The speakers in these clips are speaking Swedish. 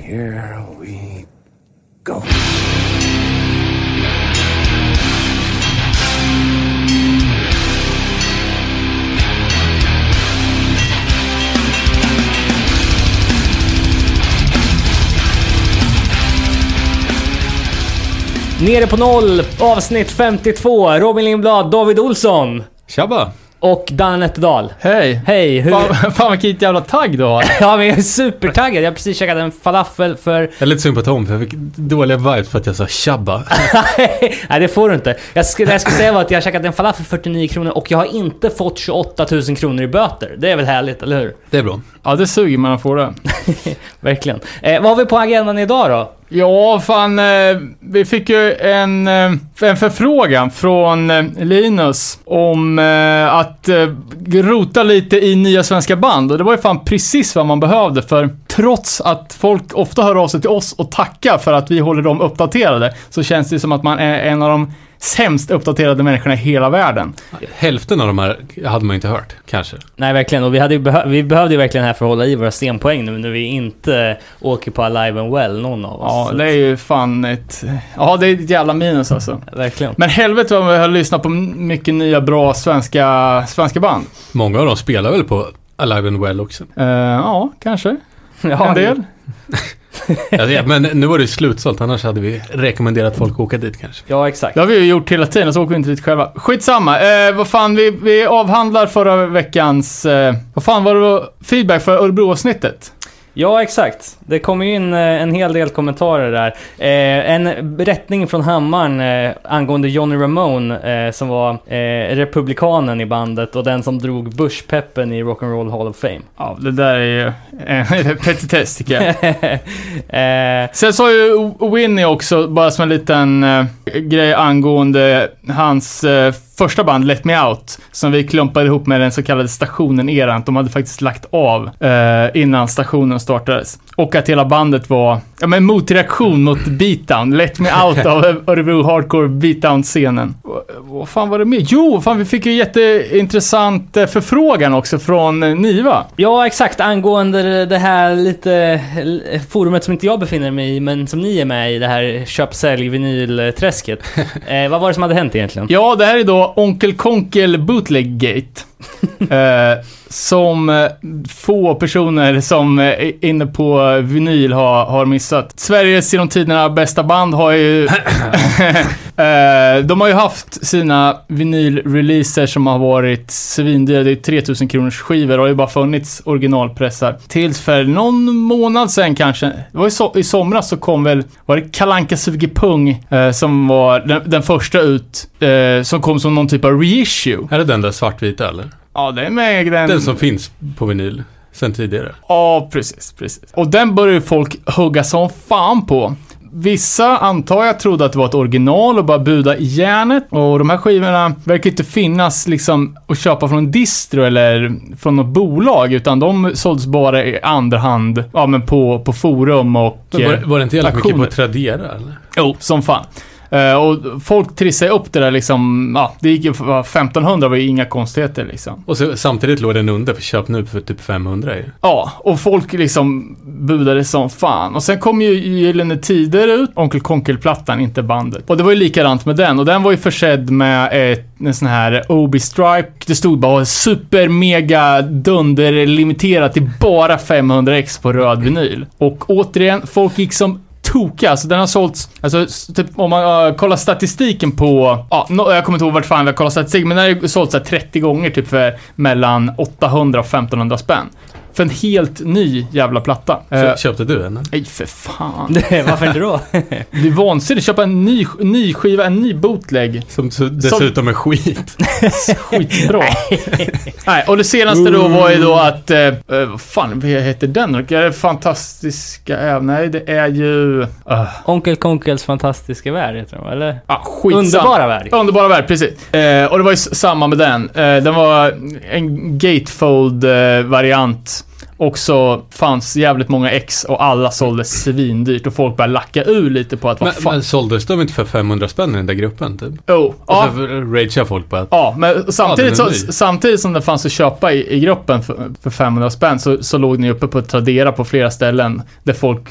here we go. Nere på noll, avsnitt 52. Robin Lindblad, David Olsson. Tjabba. Och Dan Nätterdal. Hej. Hej, hur... Fan vilket jävla tagg du har. Ja, men jag är supertaggad. Jag har precis käkat en falafel för... Jag är lite synd på Tom, för jag fick dåliga vibes för att jag sa tjabba. Nej, det får du inte. Det jag skulle säga var att jag har käkat en falafel för 49 kronor och jag har inte fått 28 000 kronor i böter. Det är väl härligt, eller hur? Det är bra. Ja, det suger man att få det. Verkligen. Vad har vi på agendan idag då? Ja, fan, vi fick ju en förfrågan från Linus om att rota lite i nya svenska band. Och det var ju fan precis vad man behövde, för trots att folk ofta hör av sig till oss och tackar för att vi håller dem uppdaterade, så känns det som att man är en av de sämst uppdaterade människorna i hela världen. Hälften av de här hade man inte hört, kanske. Nej, verkligen. Och vi behövde ju verkligen här för att hålla i våra stenpoäng nu när vi inte åker på Alive and Well, någon av oss. Ja, det är ju fan Ja, det är ett jävla minus alltså. Verkligen. Men helvete vad vi har lyssnat på mycket nya bra svenska band. Många av dem spelar väl på Alive and Well också? Ja, kanske. Ja, en del. Ja, men nu var det slutsålt, annars hade vi rekommenderat folk att åka dit kanske. Ja, exakt. Det har vi ju gjort hela tiden, så åker vi inte dit själva. Skitsamma, vad fan, vi avhandlar förra veckans... vad fan var det feedback för Örebro-avsnittet? Ja, exakt. Det kom ju in en hel del kommentarer där. En berättning från Hammaren angående Johnny Ramone som var republikanen i bandet och den som drog Bush-peppen i Rock and Roll Hall of Fame. Ja, det där är ju en petitess tycker jag. Sen sa ju Winnie också, bara som en liten grej angående hans första band, Let Me Out, som vi klumpade ihop med den så kallade stationen-eran. De hade faktiskt lagt av innan stationen startades. Och att hela bandet var en motreaktion mot beatdown. Let Me Out av Örebro Hardcore beatdown-scenen. Vad fan var det med? Jo, fan, vi fick ju jätteintressant förfrågan också från Niva. Ja, exakt. Angående det här lite forumet som inte jag befinner mig i, men som ni är med i, det här köp-sälj-vinyl-träsket. Vad var det som hade hänt egentligen? Ja, det här är då Onkel Konkel Bootleg Gate. Som få personer som är inne på vinyl har missat. Sveriges genom tiderna bästa band har ju de har ju haft sina vinyl-releaser som har varit svindyra. Det är 3000 kronors skivor och det har ju bara funnits originalpressar. Tills för någon månad sen kanske, det var i somras så kom väl, var det Kalle Anka Suger Pung som var den första ut, som kom som någon typ av reissue. Är det den där svartvita eller? Ja, det är med den som finns på vinyl sen tidigare. Ja, precis. Och den började ju folk hugga som fan på. Vissa antar jag trodde att det var ett original och bara buda i järnet. Och de här skivorna verkar inte finnas liksom att köpa från en distro eller från något bolag, utan de såldes bara i andra hand, ja, men på forum och var det inte jävligt mycket på Tradera eller? Jo, som fan. Och folk trissade upp det där liksom, ja, det gick ju 1500, var ju inga konstigheter liksom. Och så, samtidigt låg den under för köp nu för typ 500 ju. Ja, och folk liksom budade som fan. Och sen kom ju Gyllene Tider ut, Onkel Konkel-plattan, inte bandet. Och det var ju likadant med den, och den var ju försedd med en sån här Obi-stripe. Det stod bara super mega dunder limiterat till bara 500x på röd vinyl. Och återigen, folk gick som toka, alltså den har sålts, alltså typ om man kollar statistiken på, ja, jag kommer inte ihåg vart fan vi har kollat statistiken, men den har sålts 30 gånger typ för mellan 800 och 1500 spänn. För en helt ny jävla platta. Köpte du den? Nej, för fan. Varför inte då? Det är vansinnigt. Köpa en ny skiva, en ny bootleg. Som dessutom är skit. Skitbra. Nej, och det senaste då var ju då att vad fan, vad heter den? Det är fantastiska nej, det är ju Onkel Konkels fantastiska värld heter de, eller? Ja, skitsam. Underbara värld. Underbara värld, precis. Och det var ju samma med den. Den var en gatefold-variant. Och så fanns jävligt många ex och alla såldes svindyrt och folk började lacka ur lite på att vad fan. Men såldes de inte för 500 spänn i den där gruppen typ? Oh, ja. Så ragear folk på att... Ja, men samtidigt som det fanns att köpa i gruppen för 500 spänn så låg ni uppe på Tradera på flera ställen där folk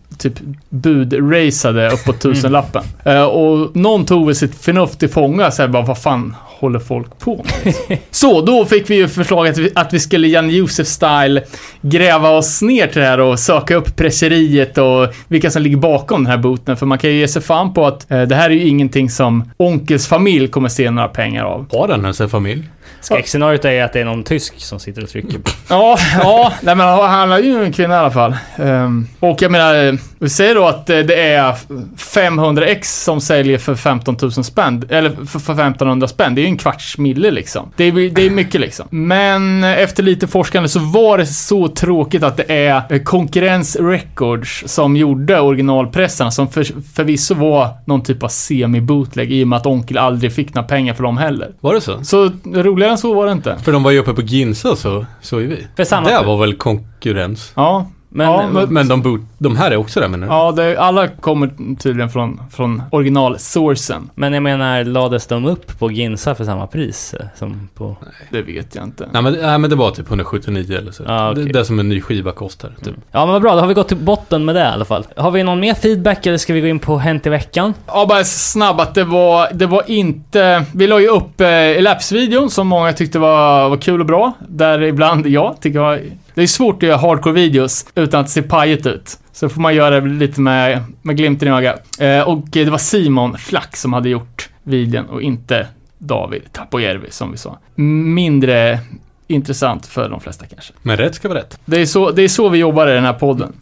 typ budraceade upp på 1000-lappen. Och någon tog väl sitt förnuft till fånga, så här, bara, vad fan håller folk på med? Så då fick vi ju förslaget att vi skulle Jan Josef-style gräva oss ner till det här och söka upp presseriet och vilka som ligger bakom den här booten. För man kan ju ge sig fan på att det här är ju ingenting som Onkels familj kommer se några pengar av. Har den ens en familj? Skräckscenariot är att det är någon tysk som sitter och trycker på. Ja, nej, men han är ju en kvinna i alla fall. Och jag menar, vi säger då att det är 500x som säljer för 15 000 spänn, eller för 1500 spänn. Det är ju en kvarts mille liksom. Det är mycket liksom. Men efter lite forskande så var det så tråkigt att det är Konkurrens Records som gjorde originalpressarna, som förvisso var någon typ av semi-bootleg i och med att Onkel aldrig fick några pengar för dem heller. Var det så? Så roligare än så var det inte. För de var ju uppe på Ginza, så är vi. Det var väl konkurrens. Ja. Men de här är också där, menar du? Ja, alla kommer tydligen från originalsourcen. Men jag menar, lades de upp på Ginza för samma pris som på... Nej, det vet jag inte. Nej, men det var typ 179 eller så. Okay. Det är som en ny skiva kostar. Typ. Ja, men vad bra. Då har vi gått till botten med det i alla fall. Har vi någon mer feedback eller ska vi gå in på Hänt i veckan? Ja, bara snabb att det var inte... Vi la ju upp Elapse-videon som många tyckte var kul och bra. Där ibland jag tycker det är svårt att göra hardcore-videos utan att se pajet ut. Så får man göra det lite med glimten i ögat. Och det var Simon Flack som hade gjort videon och inte David Tapojärvi, som vi sa. Mindre intressant för de flesta kanske. Men rätt ska vara rätt. Det är så vi jobbar i den här podden.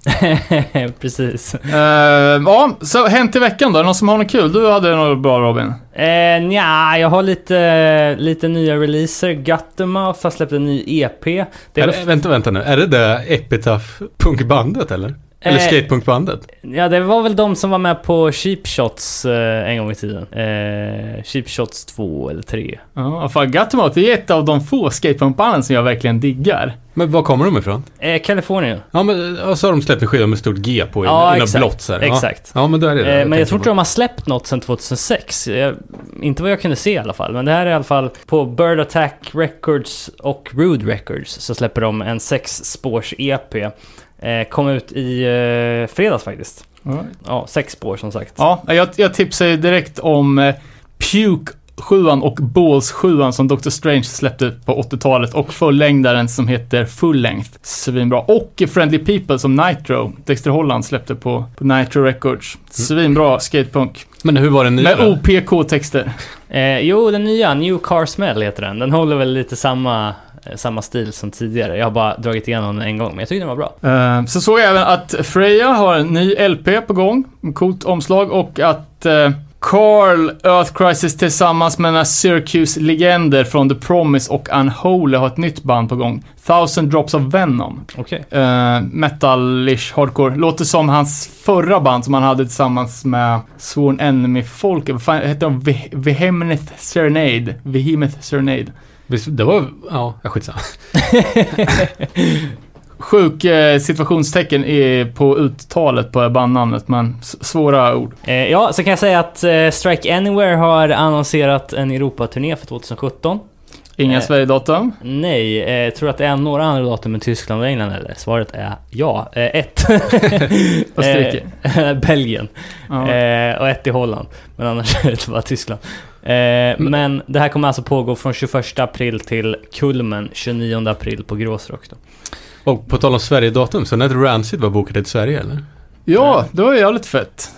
Precis. Ja, så Hänt i veckan då? Någon som har något kul? Du hade något bra, Robin. Nja, jag har lite nya releaser. Guttermouth har släppt en ny EP. Vänta nu. Är det Epitaph-punkbandet eller? Eller skatepunkbandet? Ja, det var väl de som var med på Cheap Shots en gång i tiden. Cheap Shots 2 eller 3. Ja, för Guttermouth är ett av de få skatepunkbanden som jag verkligen diggar. Men var kommer de ifrån? Kalifornien. Ja, men så har de släppt en skiva med stort G på i något blått så här. Exakt. Ja, men då är det men jag tror inte de har släppt något sedan 2006. Inte vad jag kunde se i alla fall. Men det här är i alla fall på Bird Attack Records och Rude Records, så släpper de en 6-spårs-EP. Kom ut i fredags faktiskt. Right. Ja, 6 spår som sagt. Ja, jag tipsar direkt om Puke 7an och Balls 7an som Dr. Strange släppte på 80-talet, och fullängdaren som heter Full Length. Svinbra. Och Friendly People som Nitro, Dexter Holland släppte på Nitro Records. Svinbra skatepunk. Men hur var den nya? Med OPK-texter. Jo, den nya New Car Smell heter den. Den håller väl lite samma stil som tidigare. Jag har bara dragit igenom den en gång, men jag tyckte den var bra. Så såg jag även att Freja har en ny LP på gång. En coolt omslag. Och att Carl Earth Crisis tillsammans med några Syracuse-legender från The Promise och Unholy har ett nytt band på gång. 1000 Drops of Venom. Okay. Metal-ish hardcore. Låter som hans förra band som han hade tillsammans med Sworn Enemy-folk. Vad fan heter de? Vehemeth Serenade. Det var... Ja, skitsamma. Sjuk situationstecken på uttalet på bandnamnet, men svåra ord. Ja, så kan jag säga att Strike Anywhere har annonserat en Europa-turné för 2017. Inga Sverige-datum? Nej, tror att det är några andra datum än Tyskland och England, eller? Svaret är ja. 1. Österrike. Belgien. Ja. Och 1 i Holland. Men annars är det bara Tyskland. Men det här kommer alltså pågå från 21 april till kulmen 29 april på Gråsrock då. Och på tal om Sverige-datum, så när Rancid var bokade till Sverige, eller? Ja, det var jävligt fett.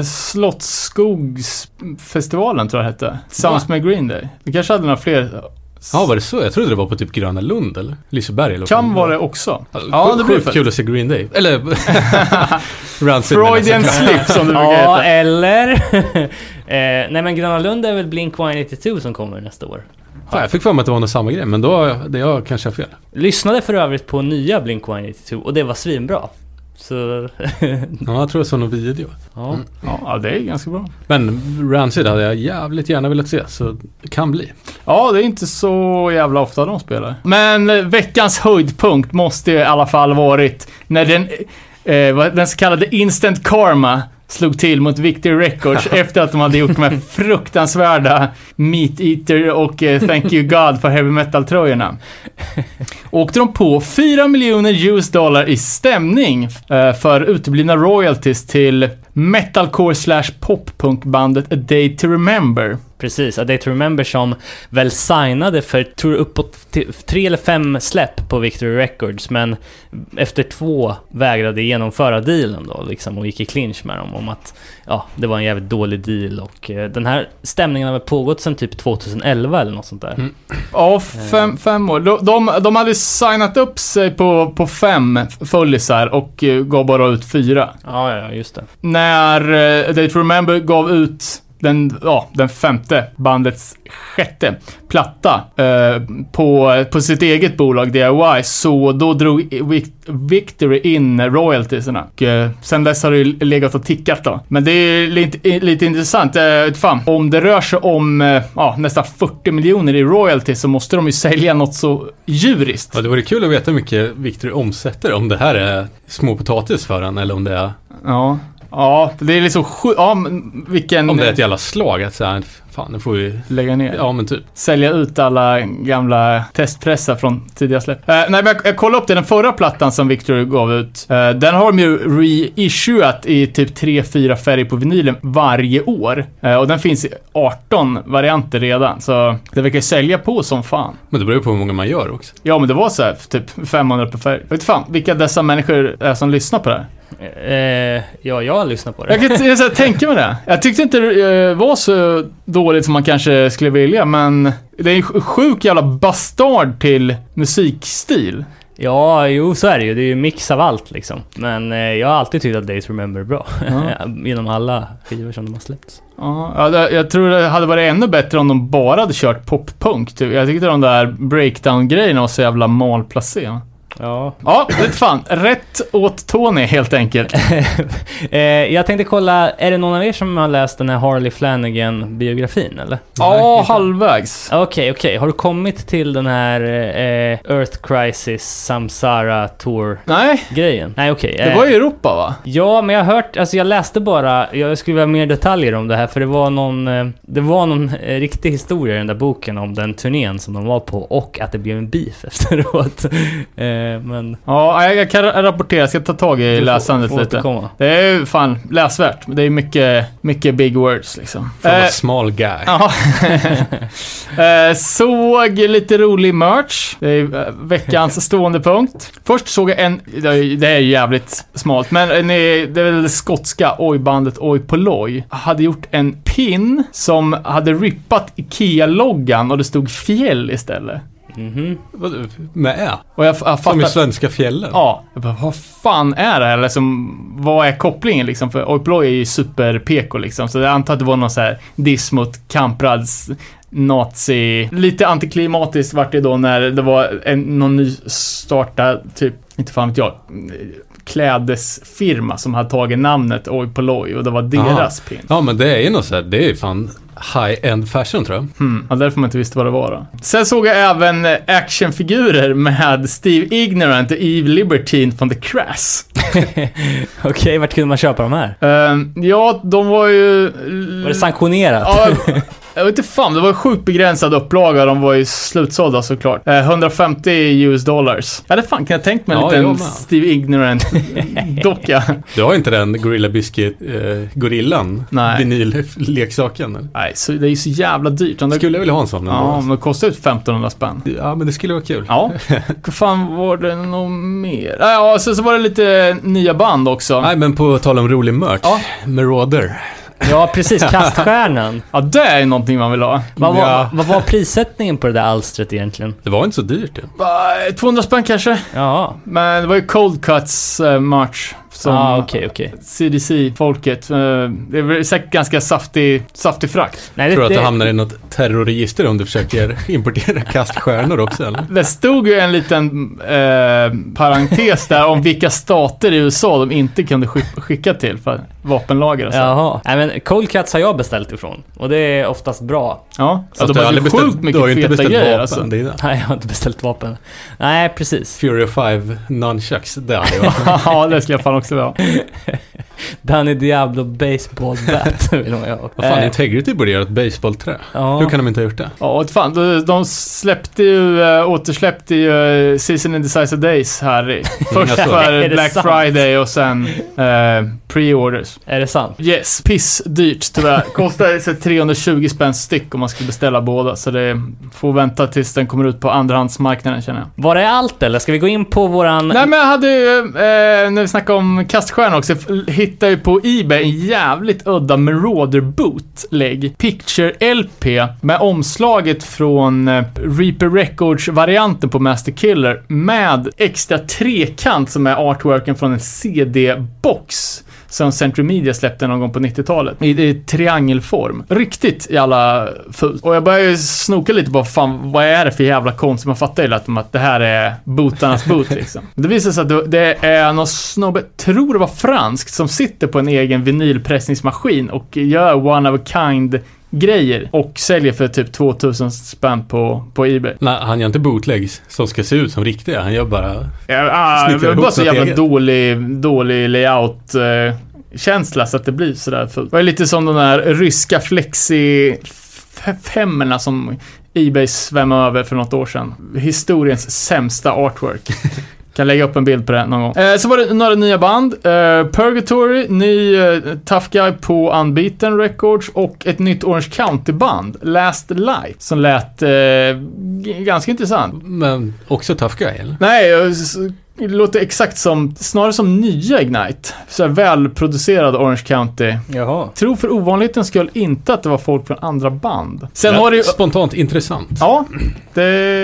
Slottsskogsfestivalen tror jag hette. Tillsammans med Green Day. Vi kanske hade några fler. Ja, var det så? Jag trodde det var på typ Gröna Lund eller Liseberg eller kan vara det också. Ja, det blir kul att se Green Day. Eller Rancid. Freudian slip som det brukar heta. Ja, eller nej, men Gröna Lund är väl Blink-182 som kommer nästa år. Ja, jag fick för mig att det var någon samma grej, men då det jag kanske har fel. Lyssnade för övrigt på nya Blink-182 och det var svinbra. Så ja, jag tror jag såg någon video. Ja. Ja, det är ganska bra. Men Rancid hade jag jävligt gärna velat se, så det kan bli. Ja, det är inte så jävla ofta de spelar. Men veckans höjdpunkt måste i alla fall varit när den så kallade Instant Karma slog till mot Victory Records efter att de hade gjort de här fruktansvärda Meat Eater och Thank You God för heavy metal-tröjorna. Åkte de på $4 miljoner i stämning för uteblivna royalties till metalcore/pop-punkbandet A Day to Remember. Precis, A Day to Remember som väl signade för, tror uppåt 3 eller 5 släpp på Victory Records, men efter 2 vägrade genomföra dealen då liksom, och gick i clinch med dem om att det var en jävligt dålig deal, och den här stämningen har väl pågått sedan typ 2011 eller något sånt där. Ja, 5 år. De hade signat upp sig på 5 föllisar och gav bara ut 4. Ja, just det. När A Day to Remember gav ut den 5:e, bandets 6:e platta på sitt eget bolag DIY, så då drog Victory in royaltiesarna. Och sen dess har det legat och tickat då. Men det är lite intressant. Fan, om det rör sig om nästan 40 miljoner i royalties, så måste de ju sälja något så djuriskt. Ja, det vore kul att veta hur mycket Victory omsätter, om det här är små potatis för han, eller om det är... Ja, det är liksom vilken... Om det är ett jävla slag att säga, fan, nu får vi lägga ner. Ja, men typ. Sälja ut alla gamla testpressar från tidiga släpp. Nej, men jag kollade upp det, den förra plattan som Victory gav ut. Den har de ju reissuat i typ 3-4 färger på vinylen varje år. Och den finns i 18 varianter redan. Så det verkar sälja på som fan. Men det beror ju på hur många man gör också. Ja, men det var så här, typ 500 per färg. Vet fan, vilka dessa människor är som lyssnar på det här? Jag har lyssnat på det. Jag kan tänka mig det. Jag tyckte inte det var så dåligt som man kanske skulle vilja, men det är en sjuk jävla bastard till musikstil. Ja, jo, så är det ju. Det är ju mix av allt liksom. Men jag har alltid tyckt att Days to Remember är bra. Genom alla skivor som de har släppts. Ja, jag tror det hade varit ännu bättre om de bara hade kört pop-punk. Jag tyckte de där breakdown-grejerna var så jävla malplacé. Ja, vet fan. Rätt åt Tony helt enkelt. Jag tänkte kolla, är det någon av er som har läst den här Harley Flanagan-biografin, eller? Ja, halvvägs. Okej. Har du kommit till den här Earth Crisis Samsara Tour-grejen? Nej, okej. Det var i Europa, va? Ja, men jag har hört, alltså jag läste bara, jag skulle ha mer detaljer om det här, för det var någon riktig historia i den där boken om den turnén som de var på, och att det blev en beef efteråt. Men... Ja, jag kan rapportera. Jag ska ta tag i läsandet lite. Det är fan läsvärt. Det är mycket big words liksom. From a small guy. Ja. Såg lite rolig merch. Det är veckans stående punkt. Först såg jag det är jävligt smalt, men det är väl det skotska oj-bandet Oi Polloi hade gjort en pin som hade rippat Ikea-loggan och det stod fjäll istället. Med och jag fattar, som i svenska fjällen. Ja, jag bara, vad fan är det här? Liksom, vad är kopplingen liksom? För Oi Polloi är ju super-peko liksom. Så jag antar att det var någon så här diss mot Kamprads nazi. Lite antiklimatiskt vart det då när det var någon ny starta typ, inte fan vet jag, klädesfirma som hade tagit namnet Oi Polloi och det var deras pin. Ja, men det är ju något så här, det är fan high-end fashion, tror jag. Ja, därför man inte visste vad det var då. Sen såg jag även actionfigurer med Steve Ignorant och Eve Libertine från The Crass. Okej, vart kunde man köpa de här? Ja, de var ju... Var det sanktionerat? Ja, jag vet inte fan, det var sjukt begränsad upplaga. De var ju slutsålda såklart. $150. Ja, det fan kan jag tänkt mig en liten Steve Ignorant docka. Du har inte den Gorilla Biscuit gorillan? Vinyl-leksaken? Nej, så det är ju så jävla dyrt. Skulle jag vilja ha en sån? Ja, men det kostar ut 1500 spänn. Ja, men det skulle vara kul. Ja. Vad fan var det nog mer? Ja, så var det lite nya band också. Nej, men på tal om rolig merch. Ja. Marauder. Ja, precis. Kaststjärnan. Ja, det är någonting man vill ha. Vad var prissättningen på det där alstret egentligen? Det var inte så dyrt. 200 spänn kanske. Ja. Men det var ju Cold Cuts merch. Okej. CDC-folket. Det är säkert ganska saftig frakt. Nej, tror du att du hamnar i något terrorregister om du försöker importera kaststjärnor också, eller? Det stod ju en liten parentes där om vilka stater i USA de inte kunde skicka till för vapenlager och så. Jaha. Nej, men Cold Cuts har jag beställt ifrån. Och det är oftast bra. Ja, de har ju sjukt mycket feta grejer vapen, alltså. Nej, jag har inte beställt vapen. Nej, precis. Fury 5 Nunchucks, det är det. Ja, det skulle jag fan också vara. Danny Diablo baseball bat vill man ha. Vad fan, Integrity borde göra ett baseballträ. Ja. Hur kan de inte ha gjort det? Ja, fan, de släppte ju, återsläppte ju Season Indecisive Days här. Först för Black Friday och sen pre-orders. Är det sant? Yes, piss dyrt tyvärr. Kostar så 320 spänn styck om man skulle beställa båda. Så det får vänta tills den kommer ut på andrahandsmarknaden, känner jag. Var det allt eller? Ska vi gå in på våran... Nej, men jag hade ju, när vi snackade om kaststjärnor också, hittade ju på eBay en jävligt udda Marauder bootleg Picture LP med omslaget från Reaper Records-varianten på Master Killer med extra trekant som är artworken från en CD-box som Century Media släppte någon gång på 90-talet. I triangelform. Riktigt jävla fult. Och jag började snoka lite på vad är det för jävla konst. Man fattar ju lätt om att det här är bootarnas boot liksom. Det visar sig att det är någon snobbe, tror det var franskt, som sitter på en egen vinylpressningsmaskin och gör one of a kind grejer och säljer för typ 2000 spänn på eBay. Nej, han gör inte bootlegs som ska se ut som riktiga. Han gör bara... det var bara så jävla dålig layout känsla så att det blir sådär fullt. Det var lite som de där ryska flexi-femmorna som eBay svämmade över för något år sedan. Historiens sämsta artwork. Kan lägga upp en bild på det någon gång. Så var det några nya band. Purgatory, ny Tough Guy på Unbeaten Records och ett nytt Orange County-band, Last Light, som lät ganska intressant. Men också Tough Guy, eller? Nej, det låter exakt som, snarare som nya Ignite. Så här välproducerad Orange County. Jaha. Tror för ovanligheten skulle inte att det var folk från andra band. Sen har det ju... Spontant intressant. Ja, det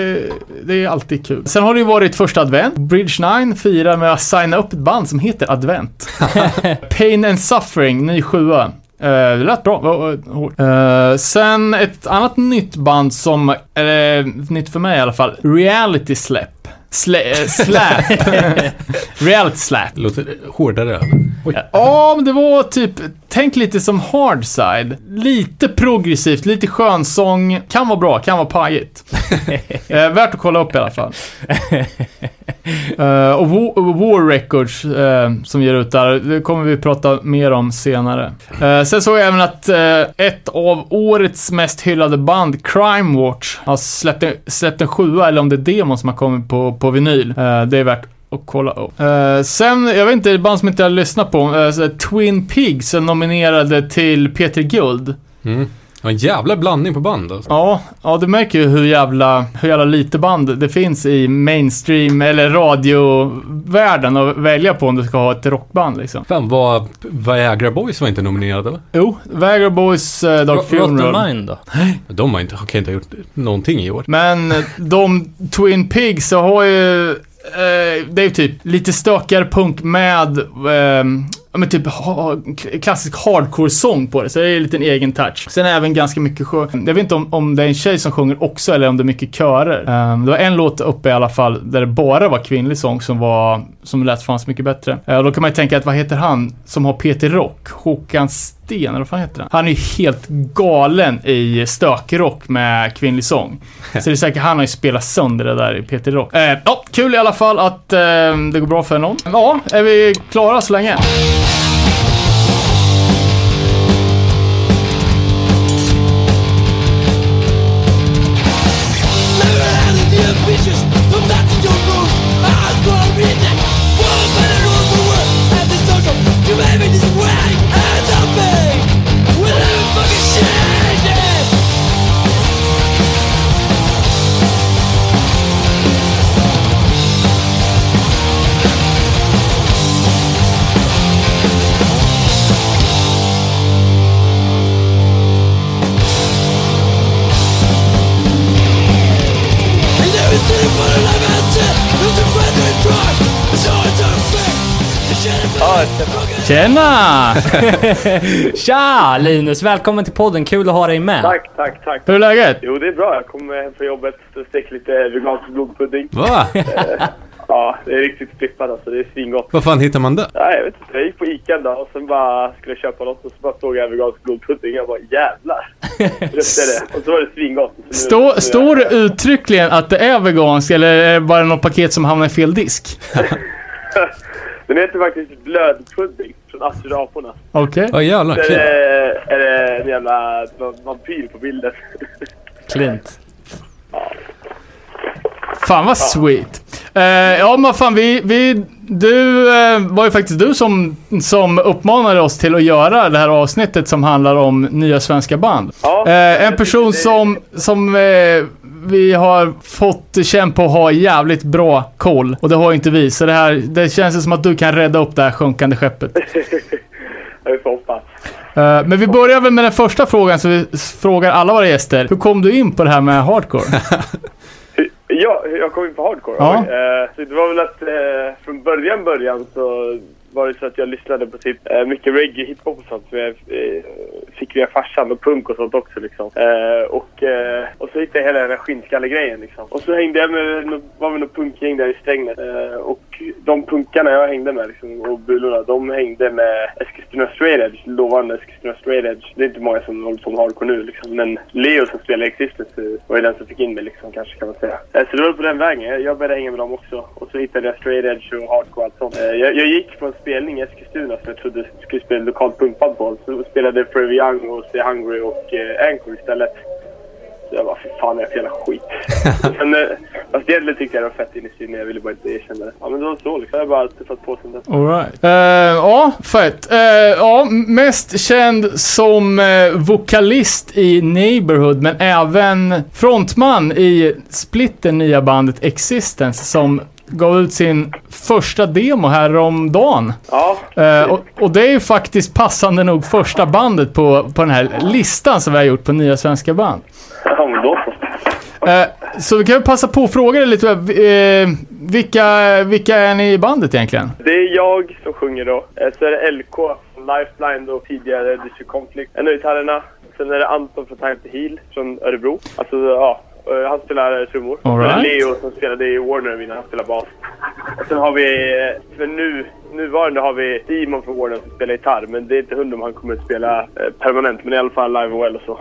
är alltid kul. Sen har det ju varit första advent. Bridge 9 firar med att signa upp ett band som heter Advent. Pain and Suffering, ny 7. Det lät bra. Sen ett annat nytt band som nytt för mig i alla fall. Reality Slap. Slap. Reality Slap. Låter hårdare. Ja, men det var typ, tänk lite som Hardside. Lite progressivt, lite skönsång. Kan vara bra, kan vara pajigt. Värt att kolla upp i alla fall. Och War Records som ger ut där, det kommer vi prata mer om senare. Sen såg jag även att ett av årets mest hyllade band, Crime Watch, har släppt en 7, eller om det är demon som har kommit på vinyl. Det är värt att kolla upp. Sen, jag vet inte, det är band som inte jag lyssnat på. Twin Pigs är nominerade till Peter Guld. En jävla blandning på band alltså. Ja, du märker ju hur jävla lite band det finns i mainstream eller radiovärlden att välja på om du ska ha ett rockband liksom. Fan, Viagra Boys var inte nominerade, va? Jo, Viagra Boys, Dark Funeral. Rotten Mind då? De har inte gjort någonting i år. Men de Twin Pigs så har ju det är ju typ lite stökigare punk med men typ klassisk hardcore-sång på det. Så det är en liten egen touch. Sen är även ganska mycket jag vet inte om det är en tjej som sjunger också eller om det är mycket körer. Det var en låt uppe i alla fall där det bara var kvinnlig sång som lät fanns mycket bättre. Då kan man ju tänka att vad heter han som har Peter Rock? Håkan Sten, eller vad fan heter han? Han är ju helt galen i stökrock med kvinnlig sång. Så det är säkert han har ju spelat sönder det där i Peter Rock. Ja, kul i alla fall att det går bra för någon. Ja, är vi klara så länge? Tjena! Tja Linus, välkommen till podden, kul att ha dig med. Tack. Hur är läget? Jo, det är bra. Jag kom hem från jobbet och stek lite vegansk blodpudding. Va? Ja, det är riktigt spippat alltså, det är svingott. Vad fan hittar man det? Nej, jag vet inte, jag gick på Ica då och sen bara skulle jag köpa något och så bara såg jag vegansk blodpudding. Jag bara, jävlar. Just det. Och så var det svingott. Står det uttryckligen att det är vegansk eller är det bara något paket som hamnar i fel disk? Den heter faktiskt blödpudding. från Astrid och aporna. Okej. Ja, jävlar. Där Kul. är det en jävla vampyr på bilden. Klint. Fan vad sweet. Ja men fan var ju faktiskt du som uppmanade oss till att göra det här avsnittet som handlar om nya svenska band. Ja, En person som vi har fått känna på att ha jävligt bra koll, och det har ju inte vi, så det känns som att du kan rädda upp det här sjunkande skeppet. Jag får hoppas. Men vi börjar väl med den första frågan, så vi frågar alla våra gäster. Hur kom du in på det här med hardcore? Ja, jag kom in på hardcore. Ja. Så det var väl att från början så var det så att jag lyssnade på typ mycket reggae, hiphop och sånt som jag fick via farsan, och punk och sånt också liksom. Och så hittade jag hela den här skinnskallegrejen liksom. Och så hängde jag var med någon punkgäng där i Strängnäs. Och de punkarna jag hängde med liksom, och bulorna, de hängde med Eskilstuna Straight Edge, dåvarande Eskilstuna Straight Edge. Det är inte många som håller på med hardcore nu liksom. Men Leo som spelar Existence var ju den som fick in mig liksom, kanske kan man säga. Så det var på den vägen. Jag började hänga med dem också. Och så hittade jag Straight Edge och hardcore och allt sånt. Jag gick på en spelning i Eskilstuna som jag trodde skulle spela lokalt punkbandboll. Så spelade Forever Young och Stay Hungry och Anchor istället. Så jag bara, fy fan, jag är jävla skit. Men fast egentligen tyckte jag det var fett in i synen. Jag ville bara inte erkänna det. Ja, men det var så liksom. Jag bara tuffat på sen dess. All right. Ja, fett. Ja, mest känd som vokalist i Neighborhood, men även frontman i splitten nya bandet Existence, som gav ut sin första demo här om dagen. Ja. Och det är ju faktiskt passande nog första bandet på den här listan som vi har gjort på nya svenska band. Ja, men då så. Så vi kan ju passa på att fråga dig lite. Vilka är ni i bandet egentligen? Det är jag som sjunger då. Så är det LK från Lifeline och tidigare District Conflict. En av gitarrerna. Sen är det Anton från Time to Heal från Örebro. Alltså, ja. Han spelar trummor. All right. Leo som spelade i Warner innan, han spelar bas. Och sen har vi, för nuvarande har vi Simon från Warner som spelar gitarr. Men det är inte 100 om han kommer att spela permanent, men i alla fall live och well och så.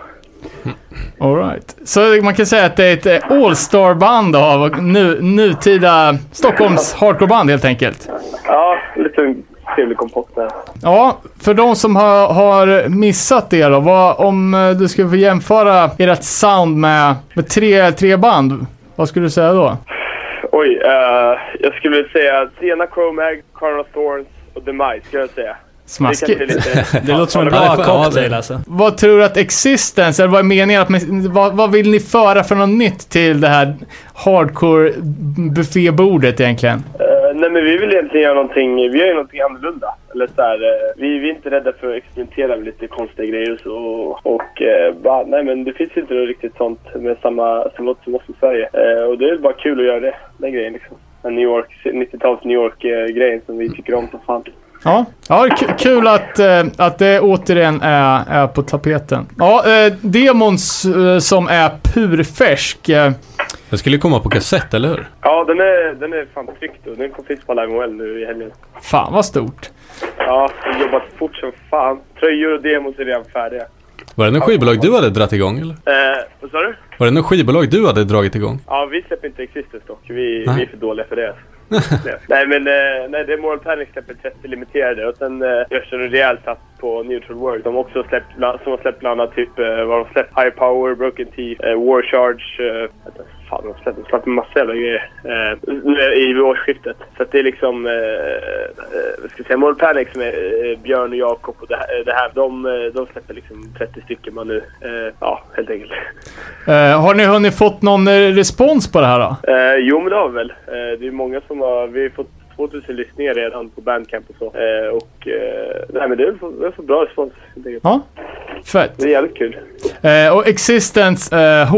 All right. Så man kan säga att det är ett all-star-band av nutida Stockholms hardcore-band helt enkelt. Ja, lite trevlig kompott där. Ja, för de som har missat det då, om du skulle få jämföra ert sound med tre band, vad skulle du säga då? Oj, jag skulle vilja säga Sena Chromag, Crown of Thorns och Demise, ska jag säga. Smaskigt. Det låter som en bra cocktail alltså. Vad tror du att Existence, eller vad är meningen att vad vill ni föra för något nytt till det här hardcore buffébordet egentligen? Nej, men vi vill egentligen göra någonting, vi gör ju någonting annorlunda. Eller så här, vi är inte rädda för att experimentera med lite konstiga grejer och så. Och nej, men det finns inte riktigt sånt med samma som låter som oss i Sverige. Och det är bara kul att göra den grejen liksom. En New York, 90-tals New York-grejen som vi tycker om så fan. Ja, kul att det återigen är på tapeten. Ja, demons som är purfärsk. Jag skulle komma på kassett, eller hur? Ja, den är fan tryckt och den finns på Live Well nu i helgen. Fan vad stort. Ja, jag har jobbat fort som fan. Tröjor och demos är redan färdiga. Var det någon skivbolag du hade dratt igång, eller? Vad sa du? Var det någon skivbolag du hade dragit igång? Ja, vi släpper inte Existence dock. Vi är för dåliga för det. Nej, men det är Moral Panic släpper 30 limiterade och sen görs en rejäl satt på Neutral World. De har också släppt bland annat typ vad de släppt High Power, Broken Teeth, War Charge, de släpper en massa jävla grejer i årsskiftet. Så att det är liksom vad ska jag säga, Moral Panic som är Björn och Jakob och det här, de släpper liksom 30 stycken man nu, ja, helt enkelt. Har ni hunnit fått någon respons på det här då? Jo, men det har vi väl. Det är många som vi har fått 2000 lyssningar redan på Bandcamp och så. Nej, men det är för bra respons. Ja, fett. Det är jävligt kul. Och Existence,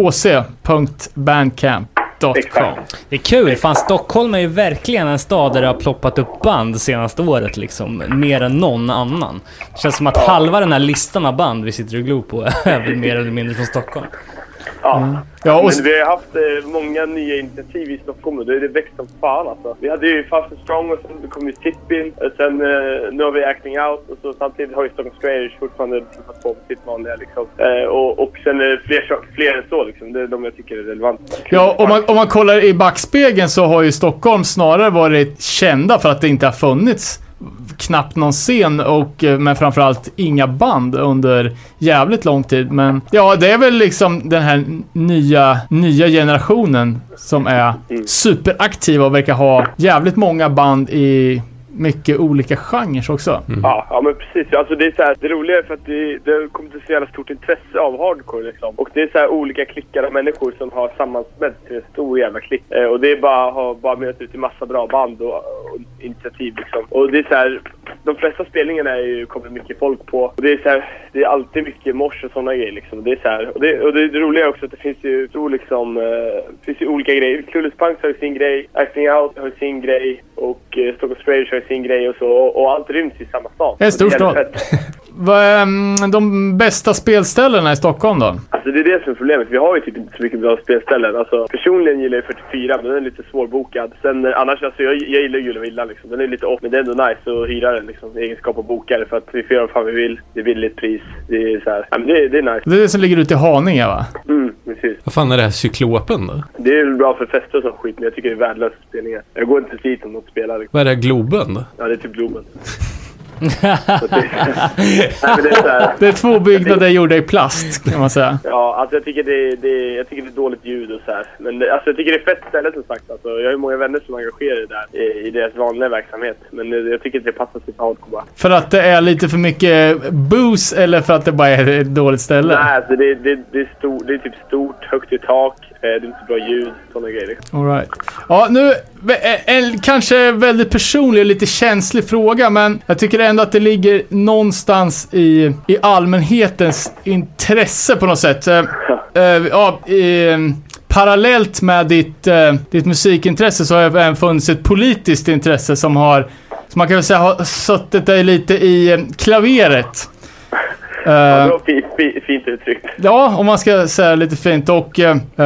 hc.bandcamp.com. Det är kul, fan Stockholm är ju verkligen en stad där det har ploppat upp band senaste året liksom, mer än någon annan. Det känns som att halva den här listan av band vi sitter och glor på är mer eller mindre från Stockholm. Ja. Ja, och men vi har haft många nya initiativ i Stockholm och det är växt som fan alltså. Vi hade ju Fast and Strong och sen kom ju Tippin och sen nu har vi Acting Out och så samtidigt har ju Stockholm Strangers fortfarande tittat på sitt vanliga liksom. Och sen är det fler än så liksom. Det är de jag tycker är relevant. Ja, om man kollar i backspegeln så har ju Stockholm snarare varit kända för att det inte har funnits knappt någon scen men framförallt inga band under jävligt lång tid. Men ja, det är väl liksom den här nya generationen som är superaktiva och verkar ha jävligt många band i mycket olika genrer också. Ja, men precis. Alltså det är så här, det roliga är för att det kommer till så jävla stort intresse av hardcore liksom. Och det är så här olika klickar av människor som har sammansmält till en stor jävla klick. Och det är bara möjligt ut i massa bra band och initiativ liksom. Och det är så här, de flesta spelningarna kommer mycket folk på. Och det är så här, det är alltid mycket mors och sådana grejer liksom. Det är så här, och det roliga är också att det finns ju finns ju olika grejer. Clueless Punks har ju sin grej, Acting Out har sin grej och Stockholm Rage har sin grej och så, och allt ryms i samma stad. En stor stad. Vad är de bästa spelställena i Stockholm då? Alltså det är det som är problemet. Vi har ju typ inte så mycket bra spelställen. Alltså personligen gillar jag 44, men den är lite svårbokad. Sen annars, alltså jag gillar Gula Villan liksom. Den är lite off, men det är ändå nice att hyra den liksom. Egenskap och boka det för att vi får göra vad fan vi vill. Det är billigt pris. Det är så här. Ja, men det är nice. Det är det som ligger ute i Haninge, va? Precis. Vad fan är det här Cyklopen då? Det är bra för fester och sånt skit, men jag tycker det är värdelösa spelningar. Jag går inte dit om något spelar liksom. Vad är det här Globen då? Ja, det är typ Globen. Det är 2 byggnader gjorda i plast, kan man säga. Ja, alltså jag tycker det är dåligt ljud och så här. Men alltså jag tycker det är fett ställe som sagt. Alltså, jag har ju många vänner som engagerar där i deras vanliga verksamhet. Men jag tycker inte det passar sig för hardcore. För att det är lite för mycket booze eller för att det bara är ett dåligt ställe? Nej, alltså det är typ stort, högt i tak. Det är inte bra ljud, sådana grejer. All right. Ja, nu en kanske väldigt personlig och lite känslig fråga, men jag tycker ändå att det ligger någonstans i allmänhetens intresse på något sätt. Parallellt med ditt musikintresse så har det även funnits ett politiskt intresse som man kan väl säga har suttit dig lite i klaveret. Ja, fint uttryckt. Ja, om man ska säga lite fint. Och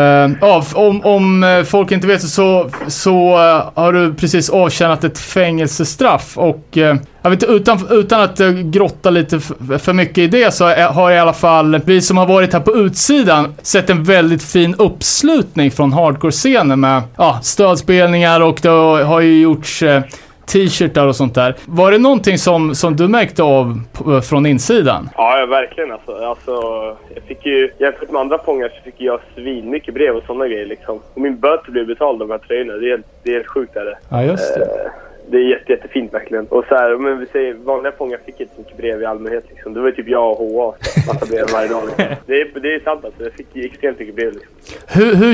om folk inte vet så har du precis avtjänat ett fängelsestraff. Och jag vet, utan att grotta lite för mycket i det, så har i alla fall vi som har varit här på utsidan sett en väldigt fin uppslutning från hardcore-scenen med stödspelningar, och det har ju gjorts t-shirtar och sånt där. Var det någonting som du märkte av från insidan? Ja, verkligen alltså jag fick ju, jämfört med andra fångar så fick jag svin mycket brev och sådana grejer liksom. Och min böter blev betald av de här tröjorna. Det är helt sjukt är det. Ja, just det. Det är jättefint verkligen. Och så här, men vi säger, vanliga fångar fick inte så mycket brev i allmänhet liksom. Det var typ jag och HA massa brev varje dag liksom. Det är sant alltså. Jag fick extremt mycket brev liksom. Hur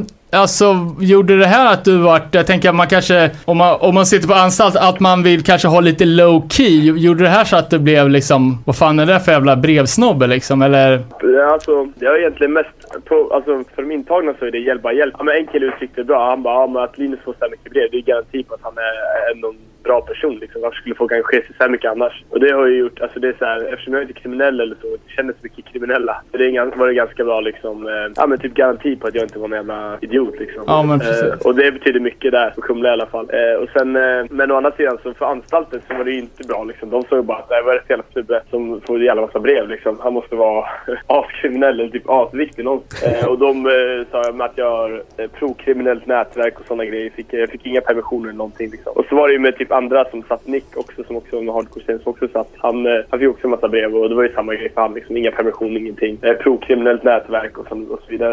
gjorde det här att du jag tänker att man kanske, om man sitter på anstalt, att man vill kanske ha lite low key. Gjorde det här så att det blev liksom, vad fan är det för jävla brevsnobbe liksom, eller? Alltså, det är egentligen mest för de intagna så är det hjälp. Ja, men enkel uttryckte bra. Han bara, att Linus får så här mycket brev, det är garanti på att han är någon bra person liksom. Varför skulle folk engagera sig så här mycket annars? Och det har ju gjort, alltså det är så här, eftersom jag är inte kriminell eller så, jag känner så mycket kriminella. Så det var det ganska bra liksom, men typ garanti på att jag inte var en jävla idiot liksom. Ja, men precis. Och det betyder mycket där på Kumla i alla fall. Och sen, men å andra sidan så för anstalten så var det ju inte bra liksom. De såg bara att det var ett jävla snubbe som får jävla massa brev liksom. Han måste vara askriminell eller typ asviktig någon. Och de sa att jag har prokriminellt nätverk och sådana grejer. Jag fick inga permissioner eller någonting liksom. Och så var det ju med typ andra som satt, Nick också, som också med hardcore-scenen, som också satt. Han fick också en massa brev och det var ju samma grej för han liksom. Inga permissioner, ingenting. Prokriminellt nätverk och så vidare.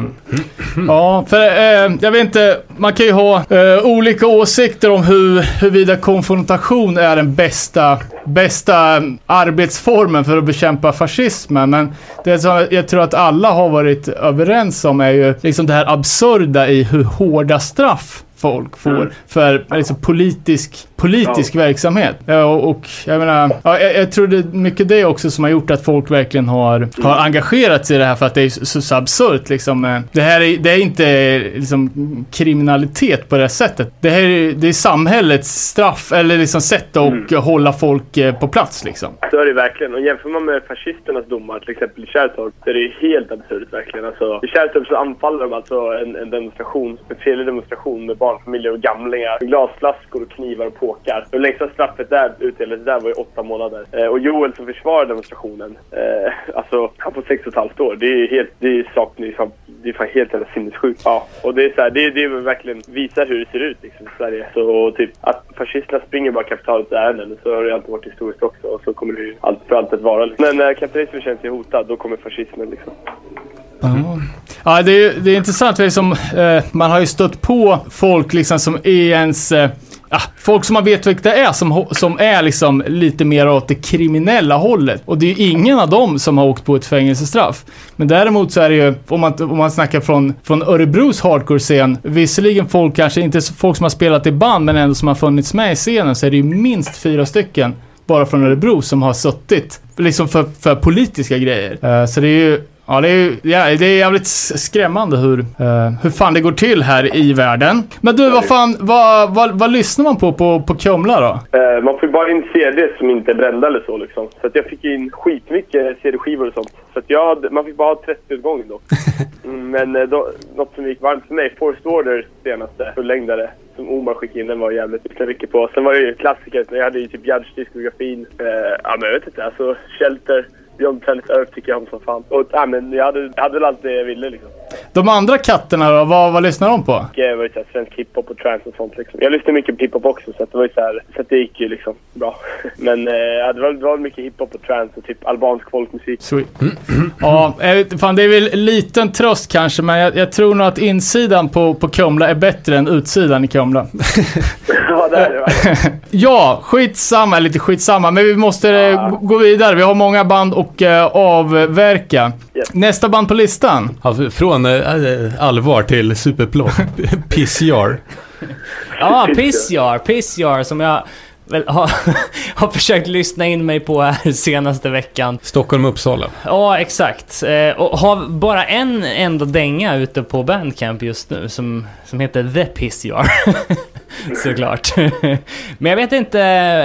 Ja, för jag vet inte, man kan ju ha olika åsikter om huruvida konfrontation är den bästa arbetsformen för att bekämpa fascismen, men det som jag tror att alla har varit överens om är ju liksom det här absurda i hur hårda straff folk får för liksom politisk verksamhet. Och jag menar, jag tror det är mycket det också som har gjort att folk verkligen har engagerat sig i det här, för att det är så absurt liksom. Det är inte liksom kriminalitet på det sättet. Det är samhällets straff eller liksom sätt att hålla folk på plats liksom. Så är det verkligen. Och jämför man med fascisternas domar, till exempel i Kärrtorp, så är det helt absurt verkligen. Alltså, i Kärrtorp så anfaller de alltså en demonstration, en fredlig demonstration med barnfamiljer och gamlingar, glasflaskor och knivar och påkar. Det längsta straffet där utdelades där var ju 8 månader. Och Joel som försvarade demonstrationen, alltså han får 6,5 år. Det är det är fan helt jävla sinnessjukt. Ja, och det är så här, det verkligen visar hur det ser ut liksom, i Sverige. Så typ att fascisterna springer bara kapitalets ärenden, så har det alltid varit historiskt också, och så kommer det ju för alltid vara liksom. Men när kapitalismen känns sig hotad, då kommer fascismen liksom. Ja, det är intressant för liksom, man har ju stött på folk liksom som är ens folk som man vet vilka det är som är liksom lite mer åt det kriminella hållet, och det är ju ingen av dem som har åkt på ett fängelsestraff. Men däremot så är det ju, om man snackar från Örebros hardcore-scen, visserligen folk, kanske inte folk som har spelat i band, men ändå som har funnits med i scenen, så är det ju minst 4 stycken bara från Örebro som har suttit liksom för politiska grejer. Så det är ju det är jävligt skrämmande hur fan det går till här i världen. Men du, vad lyssnar man på Kumla då? Man får bara in CD som inte är brända eller så liksom. Så att jag fick in skitmycket CD-skivor och sånt. Så att man fick bara ha 30 gånger då. Men något som gick varmt för mig, Forced Order senaste förlängdare som Omar skickade in, den var jävligt mycket på. Sen var det ju klassiker, jag hade ju typ Judge-diskografin. Men jag vet inte, alltså Shelter, Beyond Planet Earth tycker jag om som fan. Och men jag hade väl allt det jag ville liksom. De andra katterna då, vad lyssnar de på? Jag var ju såhär svensk hiphop och trance och sånt liksom. Jag lyssnar mycket på hiphop också, så att det var ju såhär, så att det gick ju liksom bra. Men det var mycket hiphop och trance och typ albansk folkmusik. Sweet. Ja, fan, det är väl liten tröst kanske, men jag tror nog att insidan på Kumla är bättre än utsidan i Kumla. Ja, det är det. Ja, skitsamma, men vi måste gå vidare. Vi har många band och avverka. Yes. Nästa band på listan. Alltså, från allvar till superplott. Pissjar. Ja, Pissjar som jag väl har försökt lyssna in mig på här senaste veckan. Stockholm och Uppsala. Ja, exakt. Och har bara en enda dänga ute på Bandcamp just nu som heter The Pissjar. Såklart. Men jag vet inte...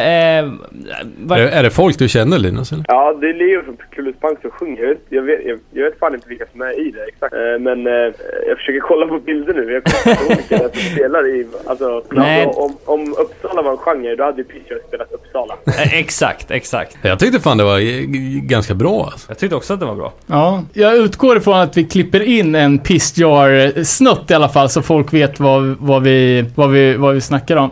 Är det folk du känner, Linus? Eller? Ja, det är Leo från Clueless Punk som sjunger. Jag vet fan inte vilka som är i det exakt. Men jag försöker kolla på bilder nu. Jag kommer inte ihåg vilka jag spelar i. Alltså, om Uppsala var en genre, då hade ju Pissjar spelat Uppsala. Exakt. Jag tyckte fan det var ganska bra. Alltså. Jag tyckte också att det var bra. Ja, jag utgår ifrån att vi klipper in en Pissjar-snutt i alla fall, så folk vet vad vi snackar om.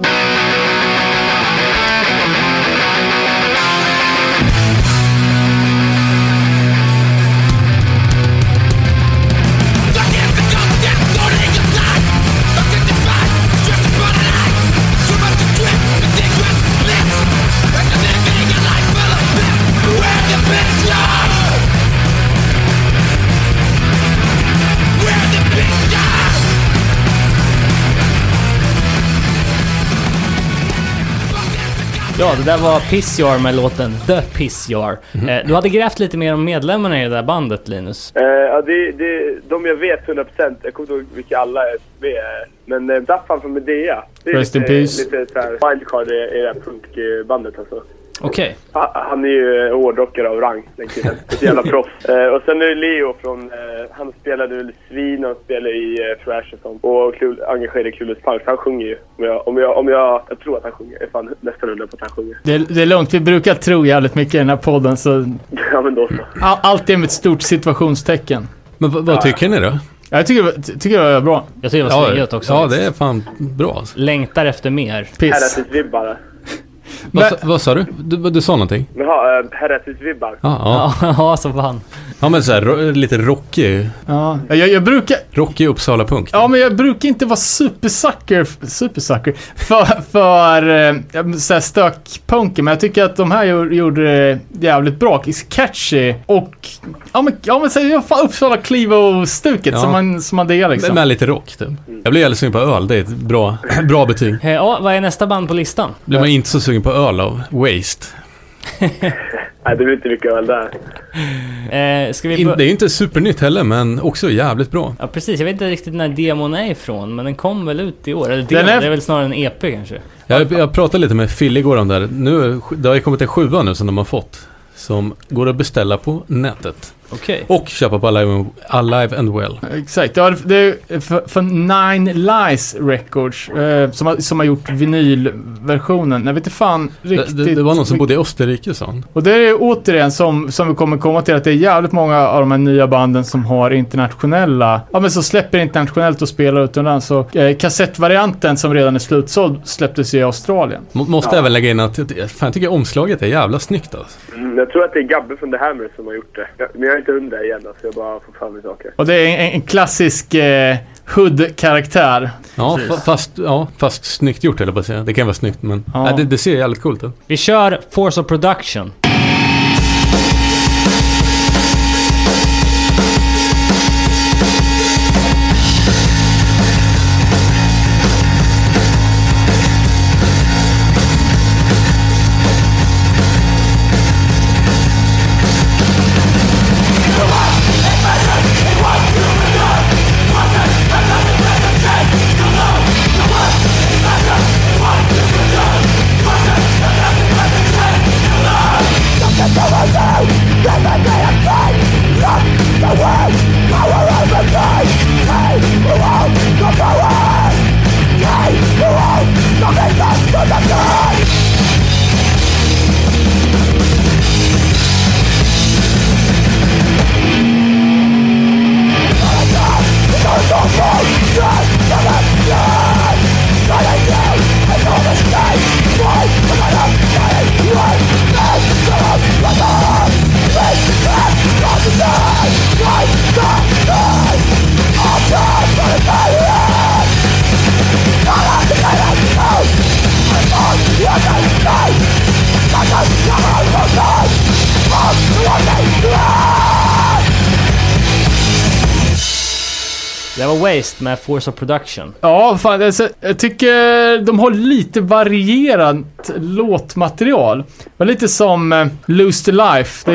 Ja, det där var Pissjar med låten The Pissjar. Du hade grävt lite mer om medlemmarna i det där bandet, Linus. Ja, de jag vet 100%. Jag kommer inte ihåg vilka alla är. Men Daffan från Medea. Det är lite så här wildcard i det här punkbandet alltså. Okej. Han är ju hårdrockare av rang, ett jävla proffs. Och sen är det Leo från, han spelade väl Svin, han spelar i Thrash och sånt. Och engagerad i Clueless Punk, han sjunger ju. Jag tror att han sjunger, är fan nästan 100% att han sjunger. Det är långt, vi brukar tro jävligt mycket i den här podden, så... Ja, men då så. Allt är med ett stort situationstecken. Men vad tycker ni då? Jag tycker det var bra. Jag tycker det var svinget också. Ja, det är fan bra alltså. Längtar efter mer. Herratis-vibbar. Vad sa du? Du sa någonting? Jaha, Herratis-vibbar. Ja, så fan. Ja, men så här, lite rockig. Ja, jag brukar... Rockig Uppsala punk. Ja, men jag brukar inte vara supersucker för så här stökpunker, men jag tycker att de här gjorde det jävligt bra. Catchy och men så jag får Uppsala Clivo-stuket som man delar liksom. Med lite rock typ. Jag blir jävligt sugen på öl, det är ett bra betyg. Ja, vad är nästa band på listan? Blir man inte så sugen på öl av Waste. Nej, det blir inte mycket öl där. Det är ju inte supernytt heller, men också jävligt bra. Ja, precis. Jag vet inte riktigt när demon är ifrån, men den kom väl ut i år. Eller det är väl snarare en EP kanske. Jag pratade lite med Phil igår om det här. Det har ju kommit en 7 nu som de har fått, som går att beställa på nätet. Okej. Och köpa på Alive and Well. Exakt. Ja, det är för Nine Lies Records som har gjort vinylversionen. Jag vet inte fan riktigt. Det var någon som bodde i Österrike, sa han. Och det är återigen som vi kommer komma till, att det är jävligt många av de här nya banden som har internationella, men så släpper internationellt och spelar utomlands. Så kassettvarianten som redan är slutsåld släpptes i Australien. Måste även lägga in att jag tycker omslaget är jävla snyggt alltså. Jag tror att det är Gabbe från The Hammer som har gjort det. Men jag är inte under igen, så jag bara får fram saker. Och det är en klassisk hood-karaktär. Ja, fast snyggt gjort, eller på att säga. Det kan vara snyggt, men det ser jävligt coolt ut. Vi kör Force of Production. Det var Waste med Force of Production. Ja, fan, alltså, jag tycker de har lite varierat låtmaterial. Det var lite som Lose the Life.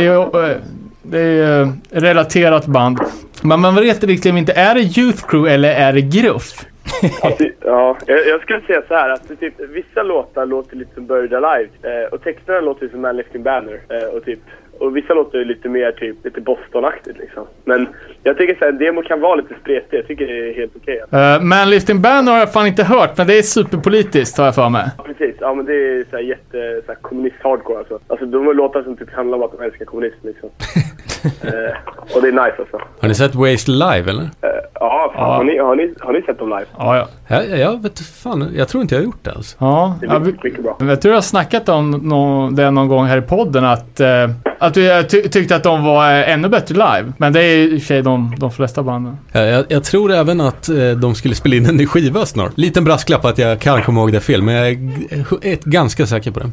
Det är relaterat band. Men man vet riktigt inte, är det Youth Crew eller är det Gruff? Alltså, ja, jag skulle säga så här att typ, vissa låtar låter lite som Buried Alive och texterna låter som Man Lifting Banner och vissa låter lite mer typ lite Boston-aktigt liksom. Men jag tycker så här, en demo kan vara lite spretig. Jag tycker det är helt okej. Man Lifting Banner har jag fan inte hört, men det är superpolitiskt, har jag för mig. Ja, precis. Ja, men det är så här så här kommunist-hardcore alltså. Alltså de har låtar som typ handlar om att de älskar kommunism liksom. Och det är nice alltså. Har ni sett Waste live eller? Ja, fan. Ja. Har ni sett dem live? Ja. Jag vet fan, jag tror inte jag har gjort det alltså. Ja, det är mycket bra. Jag tror jag har snackat om det någon gång här i podden att vi tyckte att de var ännu bättre live. Men det är i och för sig de flesta banden. Jag tror även att de skulle spela in en ny skiva snart. Liten brasklapp att jag kan komma ihåg det fel, men jag är ganska säker på det.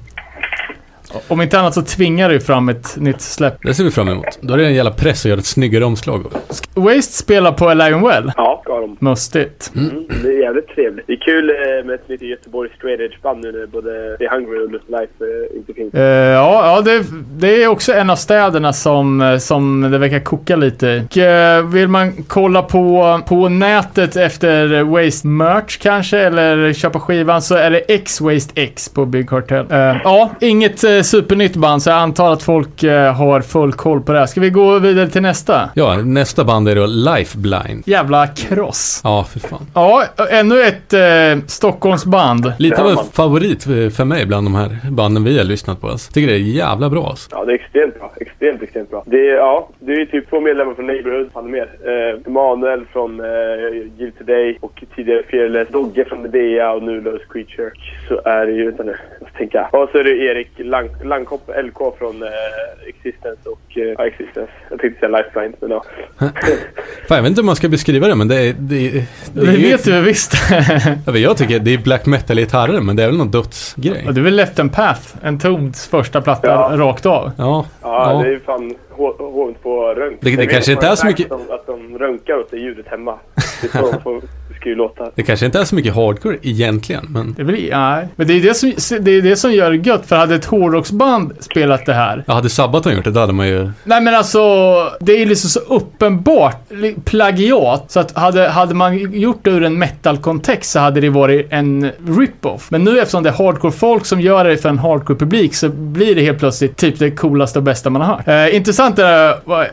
Om inte annat så tvingar det fram ett nytt släpp. Det ser vi fram emot. Då är det en jävla press att göra ett snyggare omslag. Waste spelar på Alive and Well. Ja, ska de. Mustigt. Det är jävligt trevligt. Det är kul med ett lite Göteborg straight edge band nu när både The Hungry och Lust Life inte finns. Ja, det är också en av städerna som det verkar koka lite. Och, vill man kolla på nätet efter Waste merch kanske, eller köpa skivan, så är det X-Waste X på Big Cartel. Ja, inget supernytt band, så jag antar att folk har full koll på det här. Ska vi gå vidare till nästa? Ja, nästa band är då Lifeline. Jävla kross. Ja, för fan. Ja, ännu ett Stockholmsband. Lite av en favorit för mig bland de här banden vi har lyssnat på. Alltså. Tycker det är jävla bra. Alltså. Ja, det är extremt bra. Extremt bra. Det är typ 2 medlemmar från Neighborhood. Han är mer. Emanuel från Give Today och tidigare Fearless. Dogge från Medea och nu Lost Creature. Så är det ju, vänta nu, jag tänker. Och så är det Erik Langkopp LK från Existence och Existence. Jag tänkte säga Lifeline, men ja. Fan, jag vet inte hur man ska beskriva det, men det vet du visst. Jag tycker det är black metal-gitarrer, men det är väl någon dödsgrej. Och det är väl Left and Path, en Toads första platta rakt av. Ja, det är ju fan hårt på rönk. Det kanske inte är så mycket... Att de rönkar åt det ljudet hemma. Det är så de får ska ju låta. Det kanske inte är så mycket hardcore egentligen, men... Nej. Men det är det som gör det gött, för hade ett hårdrocksband spelat det här. Ja, hade Sabaton gjort det, då hade man ju... Nej, men alltså, det är liksom så uppenbart plagiat, så att hade man gjort det ur en metal-kontext så hade det varit en rip-off. Men nu eftersom det är hardcore-folk som gör det för en hardcore-publik så blir det helt plötsligt typ det coolaste och bästa man har hört. Intressant är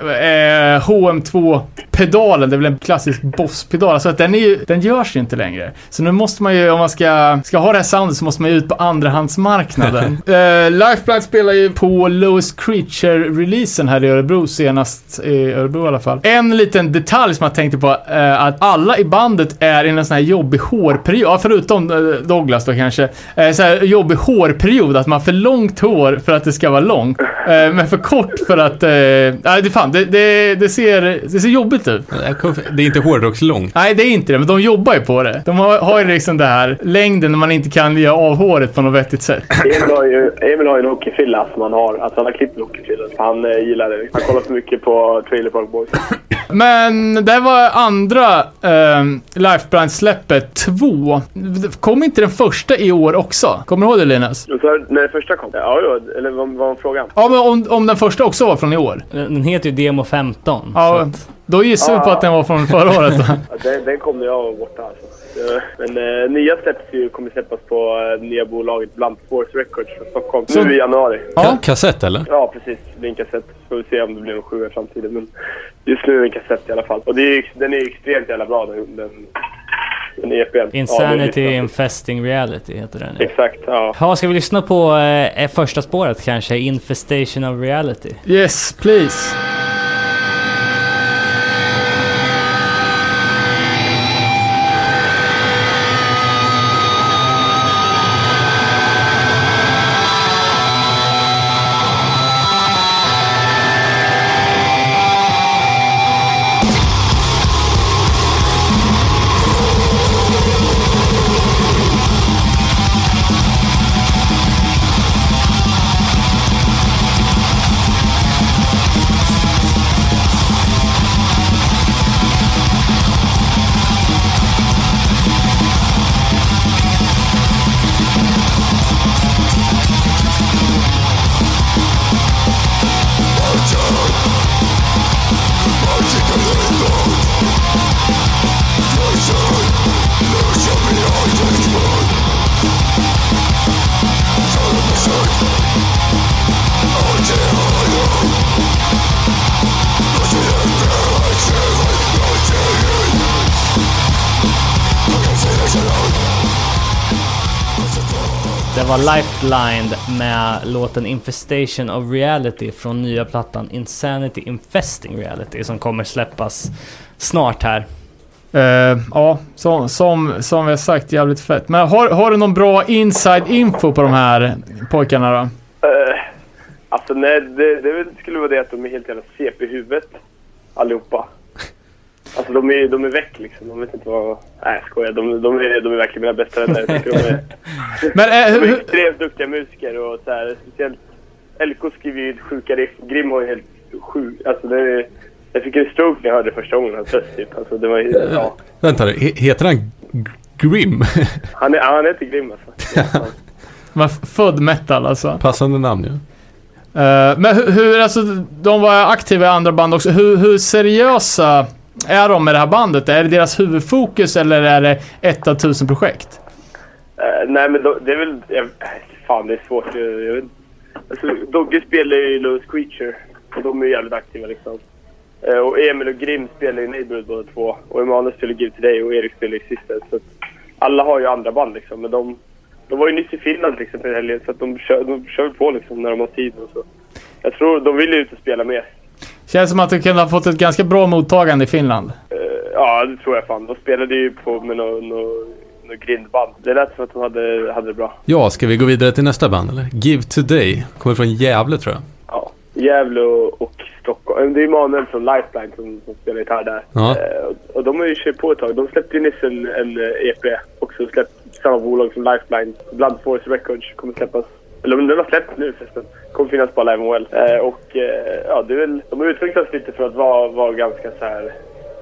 HM2-pedalen, det är väl en klassisk Boss-pedal, alltså att den görs ju inte längre. Så nu måste man ju, om man ska ha det här soundet, så måste man ju ut på andrahandsmarknaden. Lifeline spelar ju på Lowest Creature-releasen här i Örebro, senast i Örebro i alla fall. En liten detalj som jag tänkte på, att alla i bandet är i en sån här jobbig hårperiod, förutom Douglas då kanske, så här jobbig hårperiod, att man har för långt hår för att det ska vara långt, men för kort för att det ser jobbigt ut. Det är inte hårdrocks långt. Nej, det är inte det, men de jobbar ju på det. De har ju liksom det här längden när man inte kan göra av håret på något vettigt sätt. Emil har ju en hockeyfilla som han har. Alltså han har klippt hockeyfillen. Han gillar det. Han kollar så mycket på Trailer Park Boys. Men det var andra Lifeline-släppet 2. Kom inte den första i år också? Kommer du ihåg det, Linus? Så när den första kom? Ja, eller vad var frågan? Ja, men om den första också var från i år. Den heter ju Demo 15. Ja, att... Då gissar vi på att den var från förra året. Ja, den kom när jag var borta alltså. Men nya kommer släppas på nya bolaget Blunt Force Records från Stockholm. Nu i januari. Ja. Kassett eller? Ja, precis. Det är en kassett. Så får vi se om det blir en 7 i framtiden. Men just nu är det en kassett i alla fall. Och den är extremt jävla bra, den EPn. Insanity Infesting Reality heter den. Exakt, ja. Ja, ska vi lyssna på första spåret kanske? Infestation of Reality. Yes, please. Det var Lifeline med låten Infestation of Reality från nya plattan Insanity Infesting Reality som kommer släppas snart här. Ja, som vi har sagt, jävligt fett. Men har du någon bra inside info på de här pojkarna då? Alltså nej, det skulle vara det att de är helt jävla CP i huvudet allihopa. Alltså de är väck liksom. De vet inte vad... Nej, skojar. De är verkligen mina bästa vänner. De är extremt duktiga musiker och så här, speciellt LK skriver ju sjuka riff. Grim har ju helt sjuk... Alltså jag fick en stroke när jag hörde första gången hans röst typ. Alltså det var ju... Ja. Vänta, heter han Grim? Han heter Grim alltså. Var född metal alltså. Passande namn ju. Men hur alltså, de var aktiva i andra band också. Hur seriösa är de med det här bandet? Är det deras huvudfokus eller är det ett av 1000 projekt? Nej, men det är väl... Fan, det är svårt. Alltså, Dogge spelar ju Lowest Creature och de är jävligt aktiva liksom. Och Emil och Grim spelar ju Neighborhood båda två. Och Emanuel spelar Give Today och Erik spelar i Sisters. Så alla har ju andra band liksom. Men de var ju nyss i Finland liksom för helgen. Så att de kör på liksom när de har tid och så. Jag tror de vill ju ut och spela mer. Känns som att du kunde ha fått ett ganska bra mottagande i Finland. Ja, det tror jag fan. De spelade ju på med något grindband. Det lät som att de hade det bra. Ja, ska vi gå vidare till nästa band eller? Give Today. Kommer från Gävle tror jag. Ja, Gävle och Stockholm. Det är Manuel från Lifeline som spelar gitarr där. Ja. Och de har ju kört på ett tag. De släppte ju nyss en EP. Också släppt samma bolag som Lifeline. Blunt Force Records kommer släppas. Eller den har släppt nu förresten. Kommer finnas på Live Well. Ja, det är väl, de har utvecklats lite för att vara ganska så här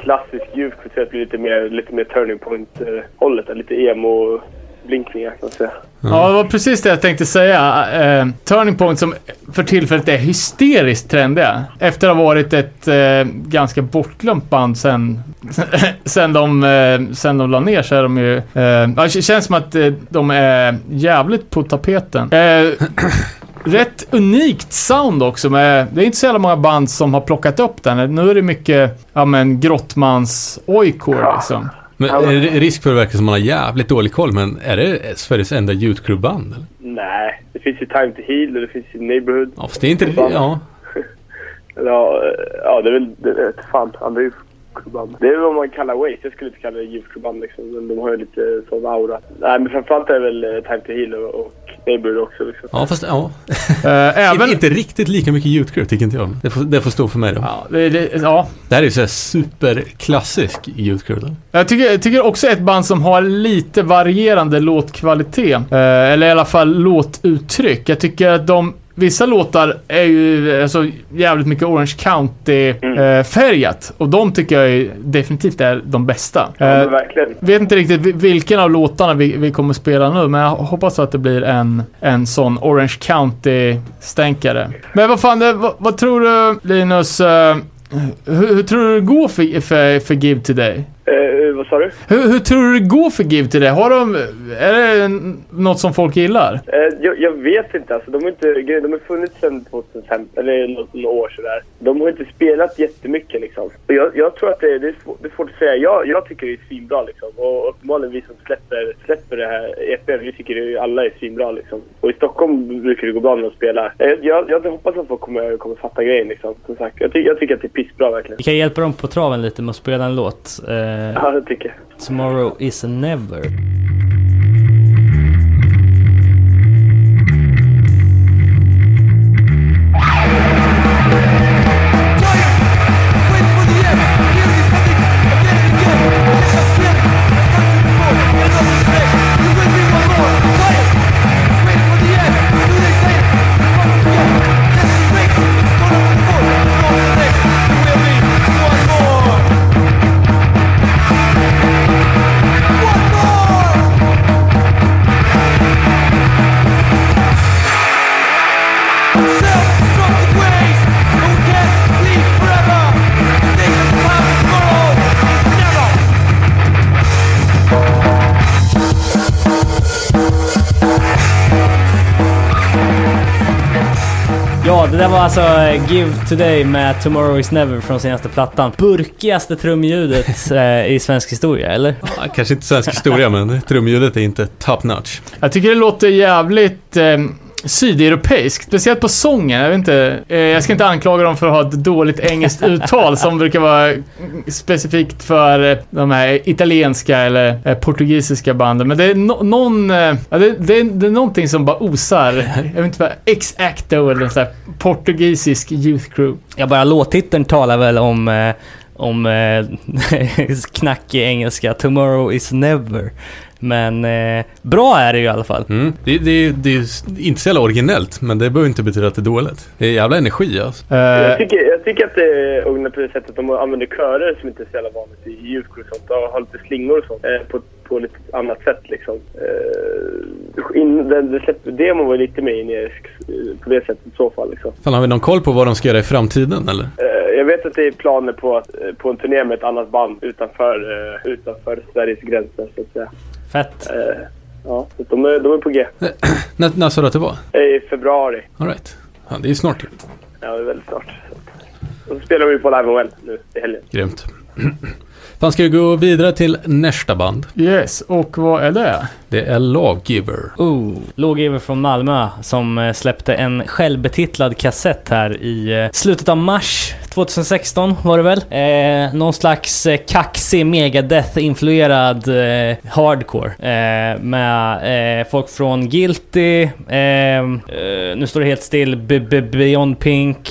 klassisk ljudkultur blir lite mer turning point hållet, lite emo blinkningar kan man säga. Ja, det var precis det jag tänkte säga. Turning Point som för tillfället är hysteriskt trendiga. Efter att ha varit ett ganska bortglömt band sen de la ner, så är de ju... det känns som att de är jävligt på tapeten. Rätt unikt sound också. Det är inte så jävla många band som har plockat upp den. Nu är det mycket Grottmans ojkor liksom. Men är det risk för att det verkar som man har jävligt dålig koll, men är det Sveriges enda Youth Crew-band? Nej, det finns ju Time to Heal och det finns ju Neighborhood. Ja, fast det är inte det, ja. Ja, det är väl fan, andra Youth Crew-band. Det är vad man kallar Waze, jag skulle inte kalla det Youth Crew-band liksom, men de har ju lite sån aura. Nej, men framförallt är det väl Time to Heal och Neighborhood också liksom. Ja, fast ja. Även... Inte riktigt lika mycket Youth Crew, tycker inte jag. Det får stå för mig då. Ja, det här är ju så här superklassisk Youth Crew då. Jag tycker också ett band som har lite varierande låtkvalitet. Eller i alla fall låtuttryck. Jag tycker att vissa låtar är ju alltså, jävligt mycket Orange County-färgat. Och de tycker jag definitivt är de bästa. Ja, verkligen. Vet inte riktigt vilken av låtarna vi kommer spela nu. Men jag hoppas att det blir en sån Orange County-stänkare. Men vad fan, vad tror du, Linus? Hur tror du det går för Give Today? Vad sa du? Hur tror du det går för Give Today? Är det något som folk gillar? Jag vet inte. Alltså, de har funnits sedan 2005 eller några år sådär. De har inte spelat jättemycket liksom. Och jag tror att det är svårt att säga. Jag tycker det är svinbra liksom. Och uppenbarligen vi som släpper det här EP, vi tycker det alla är svinbra liksom. Och i Stockholm brukar det gå bra när de spelar. Jag hoppas att folk kommer fatta grejen liksom. Som sagt, jag tycker att det är pissbra verkligen. Vi kan hjälpa dem på traven lite med att spela en låt. Ja, det tycker jag. Tomorrow is never. Ja, det där var alltså Give Today med Tomorrow is Never från senaste plattan. Burkigaste trumljudet i svensk historia, eller? Ja, kanske inte svensk historia, men trumljudet är inte top notch. Jag tycker det låter jävligt sydeuropeiskt, speciellt på sången. Jag vet inte, jag ska inte anklaga dem för att ha ett dåligt engelskt uttal som brukar vara specifikt för de här italienska eller portugisiska banden, men det är det är någonting som bara osar. Jag vet inte vad, X-Acto eller så här portugisisk Youth Crew. Ja, bara låttiteln talar väl om knackig engelska. Tomorrow is never. Men bra är det ju i alla fall. Det är inte så jävla originellt, men det behöver inte betyda att det är dåligt. Det är jävla energi alltså. Jag tycker att det är originellt på det sättet att de använder körer som inte är så jävla vanligt i ljudkor och sånt. Och har lite slingor och sånt på lite annat sätt liksom. Demon var lite mer inerisk på det sättet i så fall liksom. Fan, har vi någon koll på vad de ska göra i framtiden eller? Jag vet att det är planer på en turné med ett annat band utanför Sveriges gränser så att säga. Fett. Ja, de är på G. När sa du att det var? I februari. All right. Ja, det är ju snart ju. Ja, det är väldigt snart. Och så spelar vi på Live OL nu i helgen. Grymt. Fan, ska vi gå vidare till nästa band? Yes, och vad är det? Det är Lawgiver. Lawgiver från Malmö som släppte en självbetitlad kassett här i slutet av mars 2016 var det väl. Någon slags kaxig Megadeth-influerad hardcore. Med folk från Guilty, nu står det helt still, Beyond Pink,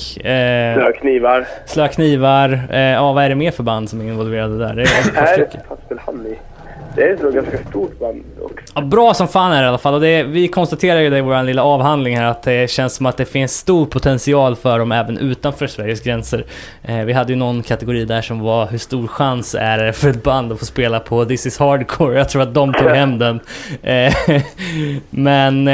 Slöknivar. Ja, vad är det mer för band som är involverade där? Det är Fast väl han i Det är ett ganska stort band också. Ja, bra som fan är det i alla fall. Och vi konstaterar ju det i vår lilla avhandling här att det känns som att det finns stor potential för dem även utanför Sveriges gränser. Vi hade ju någon kategori där som var hur stor chans är det för ett band att få spela på This is Hardcore. Jag tror att de tog hem den. Men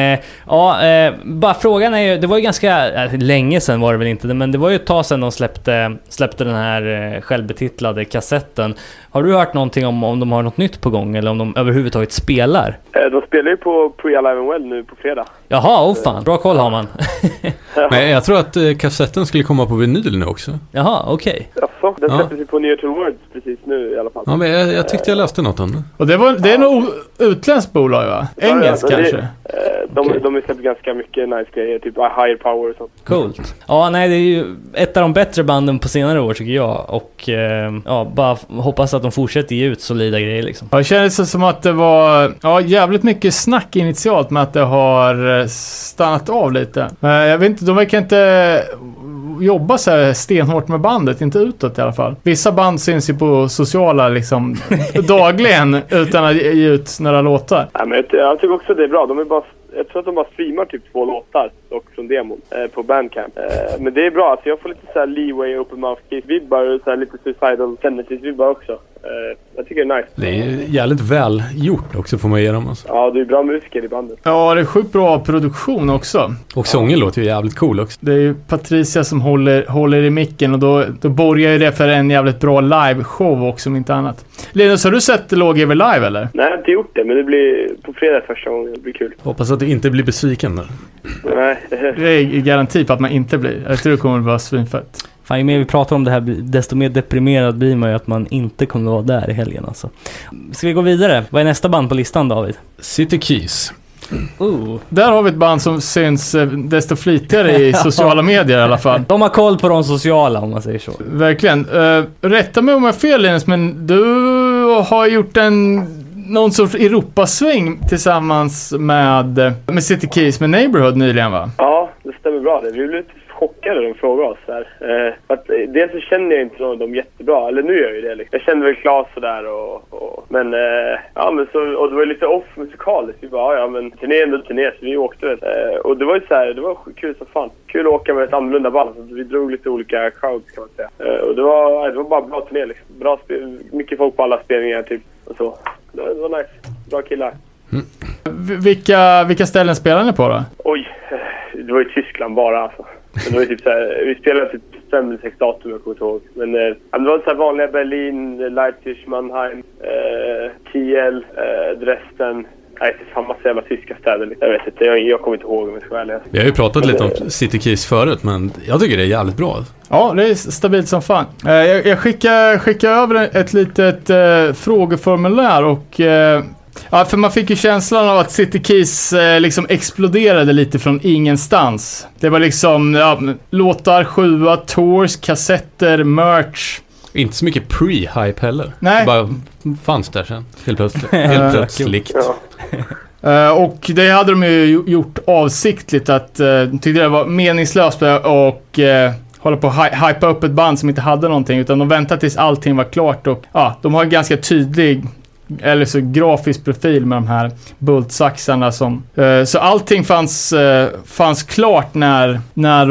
bara frågan är ju, det var ju ganska länge sedan var det väl inte, men det var ju ett tag sedan de släppte den här självbetitlade kassetten. Har du hört någonting om de har något nytt på gång eller om de överhuvudtaget spelar? De spelar ju på Pre-Alive and Well nu på fredag. Jaha, fan. Bra koll har man. Men jag tror att kassetten skulle komma på vinyl nu också. Jaha, okej. Jaså, den släpptes ju på Near to Words precis nu i alla fall. Ja, men jag tyckte jag läste något om det. Och det är nog utländskt bolag, va? Engelskt kanske? De har släppt ganska mycket nice grejer, typ Higher Power och sånt. Coolt. Ja, nej, det är ju ett av de bättre banden på senare år tycker jag. Och bara hoppas att de fortsätter ge ut solida grejer liksom. Ja, det kändes som att det var jävligt mycket snack initialt med att det har stannat av lite. Jag vet inte, de verkar inte jobba så här stenhårt med bandet, inte utåt i alla fall. Vissa band syns ju på sociala liksom dagligen utan att ge ut några låtar. Ja, men jag tycker också det är bra. Jag tror att de bara streamar typ 2 låtar och från demon på Bandcamp. Men det är bra, alltså jag får lite så här leeway, open mouth kiss-vibbar och så här lite suicidal tendencies-vibbar också. Jag tycker det är nice. Det är jävligt väl gjort också, får man ge dem alltså. Ja, det är bra musiker i bandet. Ja, det är sjukt bra produktion också. Och sången låter ju jävligt cool också. Det är ju Patricia som håller i micken och då borgar ju det för en jävligt bra live-show också, om inte annat. Linus, har du sett Lågever live eller? Nej, jag har inte gjort det, men det blir på fredag första gången. Det blir kul. Hoppas att du inte blir besviken där. Nej. Det är garanti på att man inte blir. Jag tror det kommer att vara svinfett. Fan, ju mer vi pratar om det här, desto mer deprimerad blir man ju att man inte kommer vara där i helgen alltså. Ska vi gå vidare? Vad är nästa band på listan, David? City Keys. Där har vi ett band som syns desto flitigare i sociala medier i alla fall. De har koll på de sociala, om man säger så. Verkligen. Rätta mig om jag är fel, Linus, men du har gjort någon sorts Europasväng tillsammans med City Keys med Neighborhood nyligen, va? Ja, det stämmer bra det. Vi blev lite chockade när de frågade oss här. Att dels så känner jag inte dem jättebra, eller nu gör jag ju det liksom. Jag kände väl Claes sådär men och det var lite off musikaliskt. Vi bara, men turné ändå turné, så vi åkte väl. Och det var ju så här, det var kul som fan. Kul att åka med ett annorlunda band, så vi drog lite olika crowds kan man säga. Och det var bara bra turné liksom. Bra mycket folk på alla spelningar typ och så. Det var nice. Bra killar. Vilka ställen spelar ni på då? Oj, det var i Tyskland bara alltså. Men det var typ så här, vi spelade typ 5 eller 6 datum, jag kommer inte ihåg. Men det var så här vanliga Berlin, Leipzig, Mannheim, Kiel, Dresden. Nej, det är fan massa jävla tyska städer. Jag vet inte, jag kommer inte ihåg om jag ska välja. Vi har ju pratat lite om City Keys förut, men jag tycker det är jävligt bra. Ja, det är stabilt som fan. Jag skickar över ett litet frågeformulär och... Ja, för man fick ju känslan av att City Keys liksom exploderade lite från ingenstans. Det var liksom låtar, 7, tours, kassetter, merch. Inte så mycket pre-hype heller. Nej. Det bara fanns där sen. Helt plötsligt. Och det hade de ju gjort avsiktligt, att tyckte det var meningslöst och hålla på att hypa upp ett band som inte hade någonting, utan de väntade tills allting var klart. Och de har en ganska tydlig eller så grafisk profil med de här bultsaxarna som... Så allting fanns klart när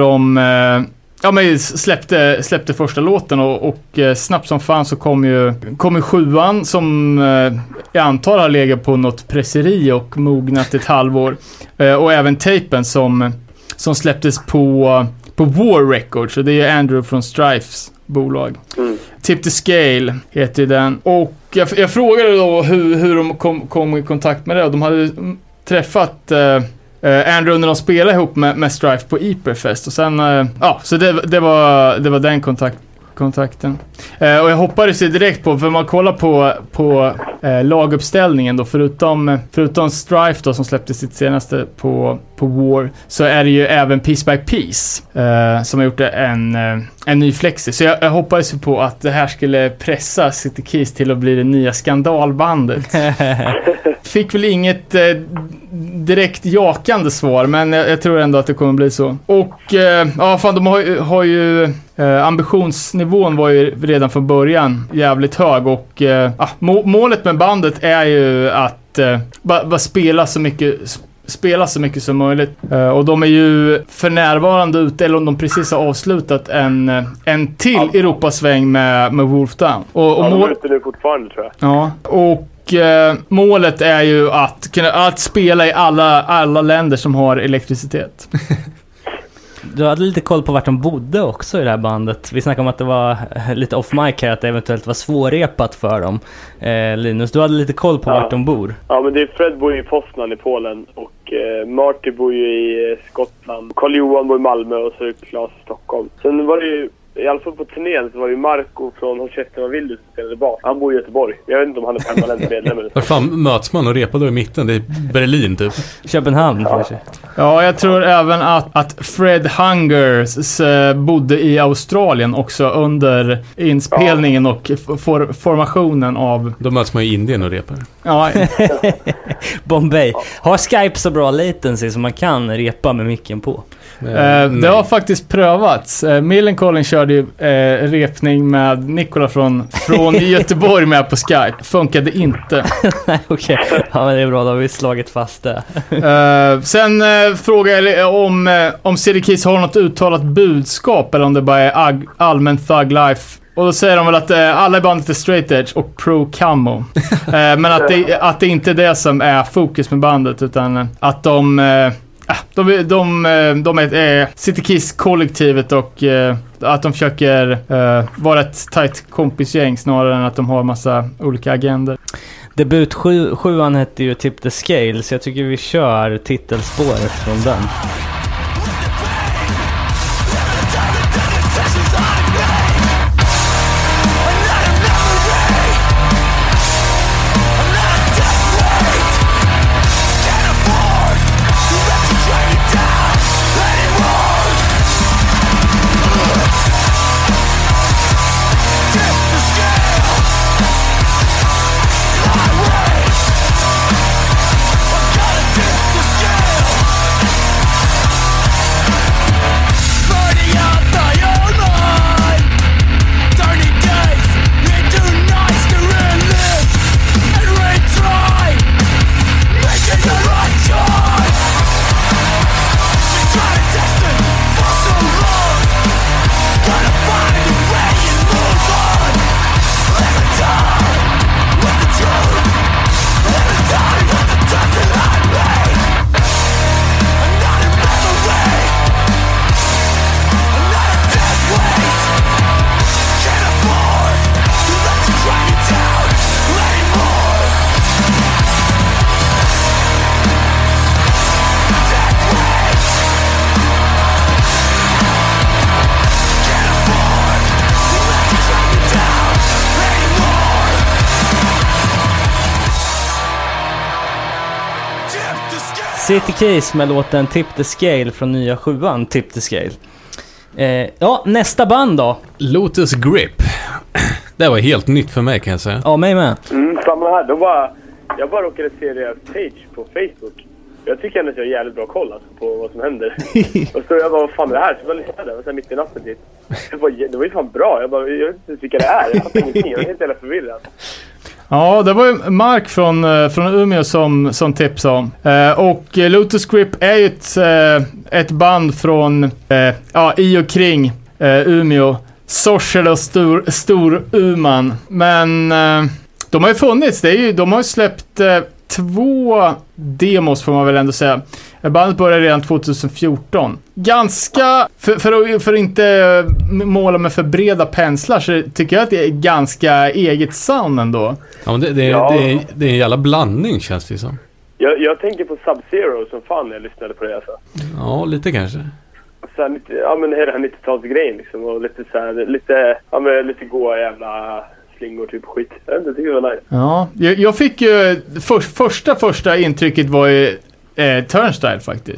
de släppte första låten och snabbt som fan så kom ju 7:an som jag antar har legat på något presseri och mognat ett halvår. Och även tapen som släpptes på War Records, och det är Andrew från Strifes bolag. Tip the Scale heter den. Och jag frågade då hur de kom i kontakt med det. Och de hade träffat Andrew när de spelade ihop med Strife på Iperfest. Och sen, så det var den kontakten. Och jag hoppades direkt på, för man kollar på laguppställningen då, förutom Strife då, som släppte sitt senaste på på War, så är det ju även Piece by Piece som har gjort en ny flexi. Så jag hoppades ju på att det här skulle pressa City Keys till att bli det nya skandalbandet. Fick väl inget direkt jakande svar, men jag tror ändå att det kommer bli så. Och de har ju ambitionsnivån var ju redan från början jävligt hög, och målet med bandet är ju att bara spela så mycket som möjligt. Och de är ju för närvarande ute, eller om de precis har avslutat en till Europasväng med Wolfdown. Och de är ute nu fortfarande, tror jag. Ja, och målet är ju att spela i alla länder som har elektricitet. Du hade lite koll på vart de bodde också i det här bandet. Vi snackade om att det var lite off mic här, att det eventuellt var svårrepat för dem. Linus, du hade lite koll på vart de bor. Ja, men Fred bor ju i Poznan i Polen, och Marty bor ju i Skottland. Carl-Johan bor i Malmö, och så är det Claes i Stockholm. Sen var det ju, i alla fall på turnén, så var det ju Marco från Hållkäften och Wildus som spelade bas. Han bor i Göteborg. Jag vet inte om han är permanent medlem eller så. Var fan möts man och repar då i mitten? Det är Berlin typ. Köpenhamn kanske. Ja, jag tror även att Fred Hungers bodde i Australien också under inspelningen och formationen av... Då möts man i Indien och repar. Ja. Bombay. Har Skype så bra latency som man kan repa med micken på? Det har faktiskt prövats. Millencolin körde ju repning med Nikola från Göteborg med på Skype. Funkade inte. Nej, okej. Ja, men det är bra. Då har vi slagit fast det. Sen frågar jag om City Keys har något uttalat budskap, eller om det bara är allmän thug life. Och då säger de väl att alla i bandet är straight edge och pro-camo. Men att det inte är det som är fokus med bandet, utan att de är City Keys-kollektivet, och att de försöker vara ett tight kompisgäng snarare än att de har massa olika agender. Debut 7 hette ju Tip the Scale, så jag tycker vi kör titelspåret från den. City Keys med låten Tip the Scale från nya 7an Tip the Scale. Ja, nästa band då. Lotus Grip. Det var helt nytt för mig, kan jag säga. Ja, mig med. Samma här. Jag bara råkade se deras page på Facebook. Jag tycker ändå att jag har jävligt bra koll alltså, på vad som händer. Och så jag bara, vad fan är det här? Så jag lyssnade och sen mitt i natten dit. Det var ju fan bra. Jag vet inte vilka det är. Jag fattar ingenting. Jag är helt jävla förvirrad. Ja, det var ju Mark från Umeå som tipsade om. Och Lotus Grip är ju ett band från i och kring Umeå. Sorsele och Stor Uman. Men de har ju funnits. De har ju släppt 2 demos, får man väl ändå säga. Bandet började redan 2014. Ganska, för att inte måla med för breda penslar, så tycker jag att det är ganska eget sound ändå. Ja, men det är en jävla blandning, känns det som. Jag tänker på Sub-Zero som fan när jag lyssnade på det alltså. Ja, lite kanske. Så här, ja men hela 90-talsgrejen liksom, och lite så här, lite goa jävla slingor typ skit. Jag tycker det var nice. Ja, jag fick ju första intrycket var ju Turnstile faktiskt.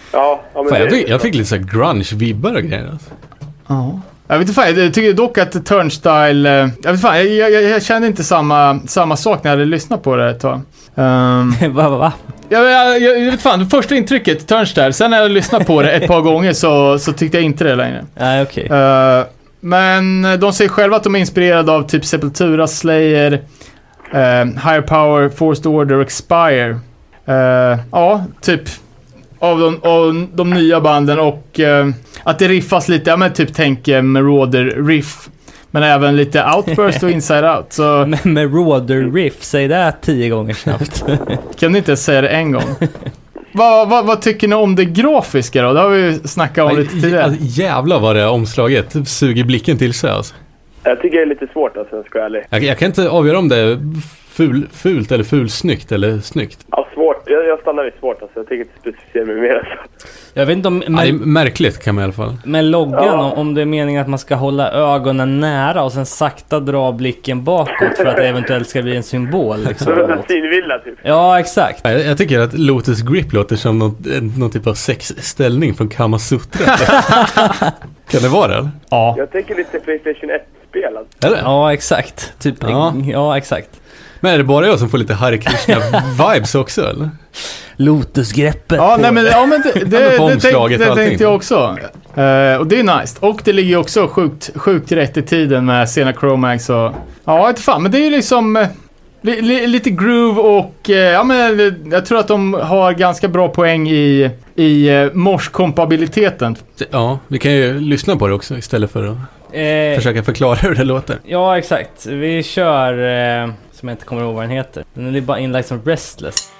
Ja, men Fan, jag fick lite så här grunge-vibbar och grejer alltså. Ja. Jag vet inte fan, jag tycker dock att Turnstile... Jag vet fan, jag kände inte samma sak när jag hade lyssnat på det ett tag. Va? Jag vet fan, det första intrycket, Turnstile, sen när jag lyssnat på det ett par gånger så tyckte jag inte det längre. Nej, okej. Men de säger själva att de är inspirerade av typ Sepultura, Slayer, Higher Power, Forced Order, Expire. Ja, typ av de nya banden och att det riffas lite, ja men typ tänk Marauder riff. Men även lite Outburst och Inside Out. Så Med Marauder riff, säg det 10 gånger snabbt. kan ni inte säga det en gång? Vad tycker ni om det grafiska då? Det har vi ju snackat om lite tidigare. Alltså, jävlar vad det omslaget suger blicken till sig alltså. Jag tycker det är lite svårt alltså, jag ska ärlig. Jag kan inte avgöra om det är fult eller fulsnyggt eller snyggt. Ja, svårt. Jag stannar vid svårt alltså. Jag tänker inte specificera mig mer alltså. Jag vet inte om... Ja, det är märkligt kan man i alla fall. Med loggan, om det är meningen att man ska hålla ögonen nära och sen sakta dra blicken bakåt för att det eventuellt ska bli en symbol. Liksom. Så en synvilla typ. Ja, exakt. Jag tycker att Lotus Grip låter som någon typ av sexställning från Kama Sutra. Kan det vara det, eller? Ja. Jag tänker lite PlayStation 1-spel alltså. Eller? Ja, exakt. Typ, Ja. ja, exakt. Men är det bara jag som får lite Hare Krishna-vibes också, eller? Lotusgreppet. Ja, nej, men, ja, men på omslaget och allting. tänkte jag också. Och det är nice. Och det ligger ju också sjukt rätt i tiden med sena Chromax och... Ja, inte fan. Men det är ju liksom... lite groove och... ja, men jag tror att de har ganska bra poäng i morskompabiliteten. Ja, vi kan ju lyssna på det också istället för att försöka förklara hur det låter. Ja, exakt. Vi kör... som jag inte kommer ihåg vad den heter. Den är bara inlagd som Restless.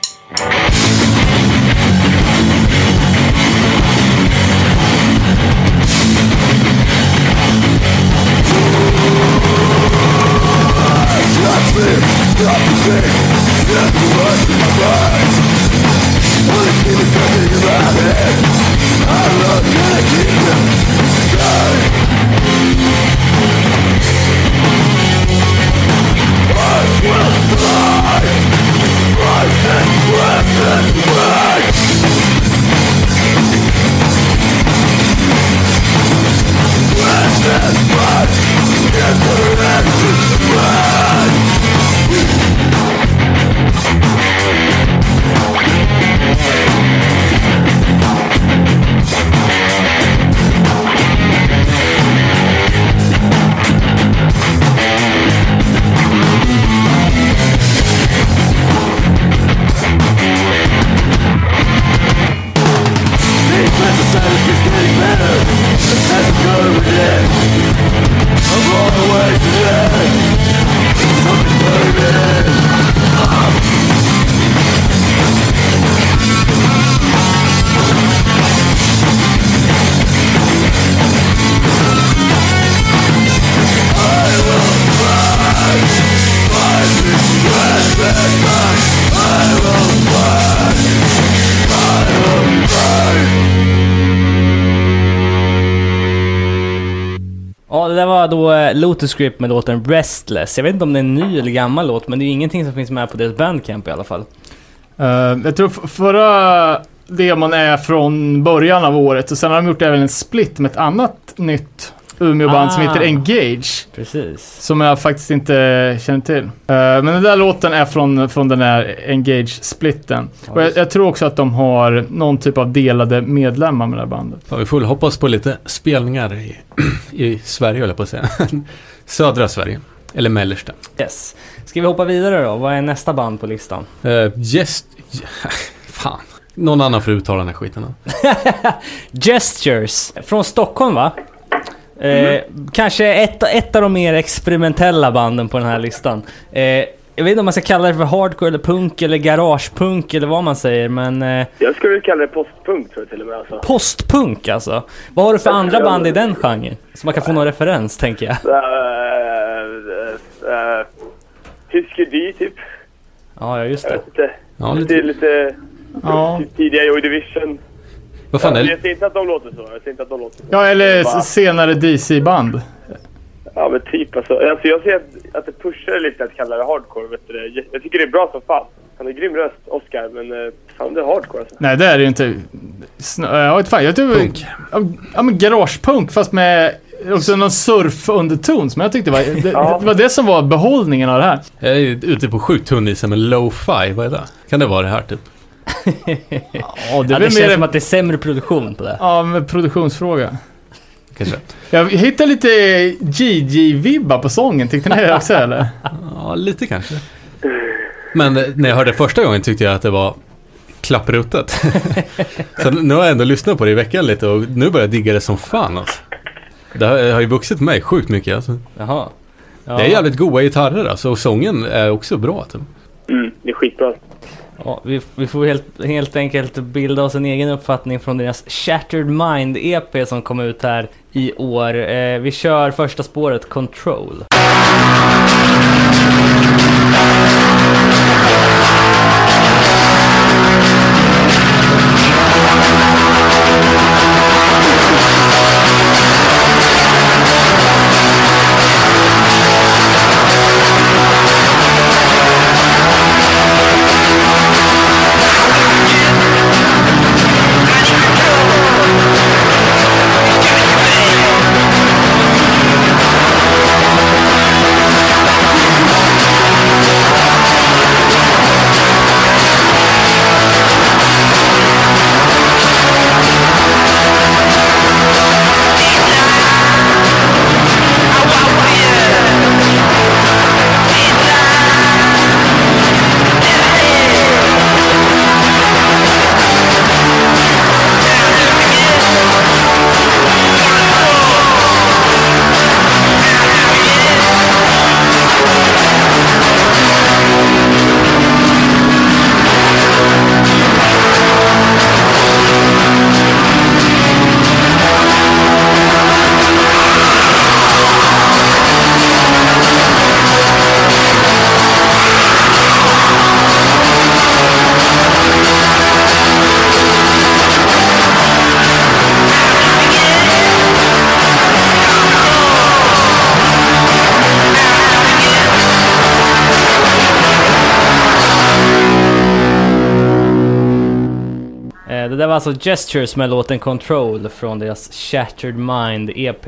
Ja, det där var då Lotus Grip med låten Restless. Jag vet inte om det är en ny eller gammal låt, men det är ingenting som finns med på deras Bandcamp i alla fall. Jag tror förra demon är från början av året och sen har de gjort även en split med ett annat nytt Umeå-band som heter Engage. Precis. Som jag faktiskt inte känner till. Men den där låten är från den här Engage-splitten. Och jag tror också att de har någon typ av delade medlemmar med det här bandet. Ja, vi får hoppas på lite spelningar i Sverige, eller på att säga. Södra Sverige. Eller mellersta. Yes. Ska vi hoppa vidare då? Vad är nästa band på listan? Fan. Någon annan får uttala den här skiten. Gestures. Från Stockholm, va? Kanske ett av de mer experimentella banden på den här listan. Jag vet inte om man ska kalla det för hardcore eller punk eller garagepunk eller vad man säger, men... Jag skulle kalla det postpunk, tror jag till och med. Alltså. Postpunk, alltså? Vad har du för andra band i den genren? Så man kan få någon referens, tänker jag. Husker D, typ. Ja, just det. Ja, Det är lite tidiga Joy Division. Vad fan är det? Jag ser inte att de låter så. Ja, eller senare DC-band. Ja, men typ alltså jag ser att det pushar lite att kalla det hardcore, vet du. Jag tycker det är bra som fan. Han har grym röst, Oscar, men fan, det är hardcore alltså. Nej, det är det ju inte. Jag vet fan, jag tycker... Punk. Ja, men garagepunk fast med också någon surf-underton som jag tyckte var... Det var det som var behållningen av det här. Jag är ute på sjukt tunn is med lo-fi, vad är det? Kan det vara det här typ? Ja, det känns som att det är sämre produktion på det. Ja, med produktionsfråga. Kanske. Jag hittade lite Gigi-vibbar på sången, tyckte ni det också eller? Ja, lite kanske. Men när jag hörde första gången tyckte jag att det var klappruttet. Så nu har jag ändå lyssnat på det i veckan lite och nu börjar jag digga det som fan alltså. Det har ju vuxit mig sjukt mycket alltså. Jaha. Ja. Det är jävligt goda gitarrer alltså, och sången är också bra typ. Det är skitbra. Ja, vi får helt enkelt bilda oss en egen uppfattning från deras Shattered Mind EP som kom ut här i år. Vi kör första spåret, Control. Det där var alltså Gestures med låten Control från deras Shattered Mind EP.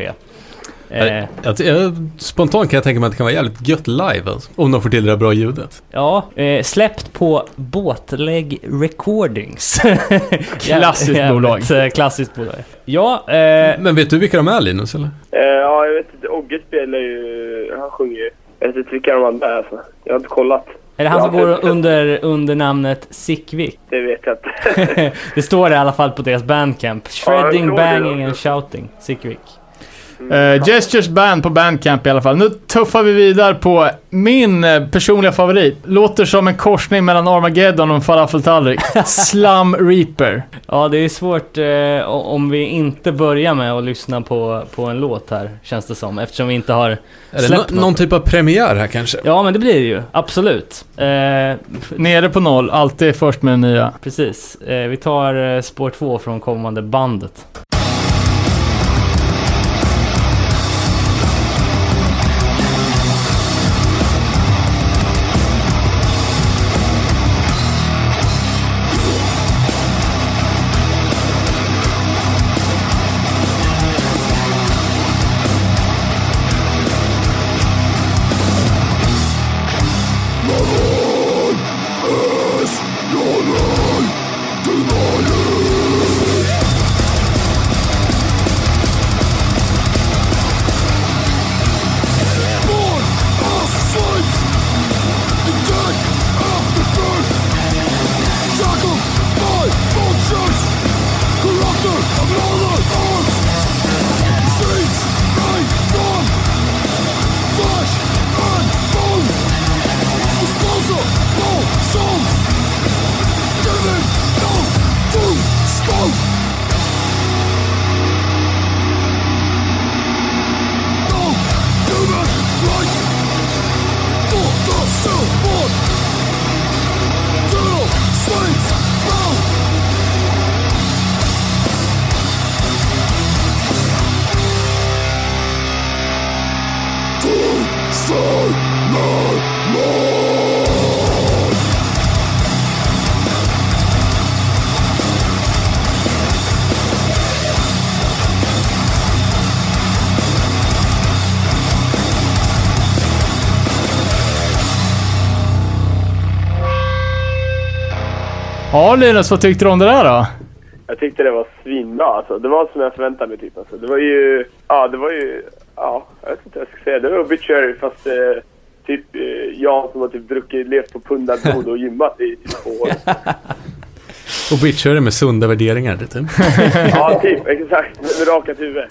Spontant kan jag tänka mig att det kan vara jävligt gött live alltså, om de får till det bra ljudet. Ja, släppt på Båtlägg Recordings. Klassiskt bolag. Klassiskt bolag. Ja, Men vet du vilka de är, Linus, eller? Ja, jag vet inte. Ogge spelar ju... Han sjunger ju. Jag vet inte vilka de andra är alltså. Jag har inte kollat. är det han som går under namnet Sickvik? Det vet jag inte. Det står det i alla fall på deras bandcamp. Shredding, Ja, banging and shouting. Sickvik. Gestures Band på Bandcamp i alla fall. Nu tuffar vi vidare på min personliga favorit. Låter som en korsning mellan Armageddon och en falafeltallrik. Slum Reaper. Ja, det är svårt om vi inte börjar med att lyssna på en låt här, känns det som. Eftersom vi inte har Är släppt det någon typ av premiär här kanske? Ja, men det blir det ju. Absolut. Nere på noll. Alltid först med den nya. Precis. Vi tar spår 2 från kommande bandet. Ja, Linus, vad tyckte du om det där då? Jag tyckte det var svinbra alltså. Det var som jag förväntade mig typ alltså. Det var ju, jag vet inte vad jag ska säga. Det var Obituary fast typ jag som har typ levt på pundarblod och gymmat i typ 2 år. Obituary med sunda värderingar, det typ. Ja, typ, exakt. Med rakat huvud.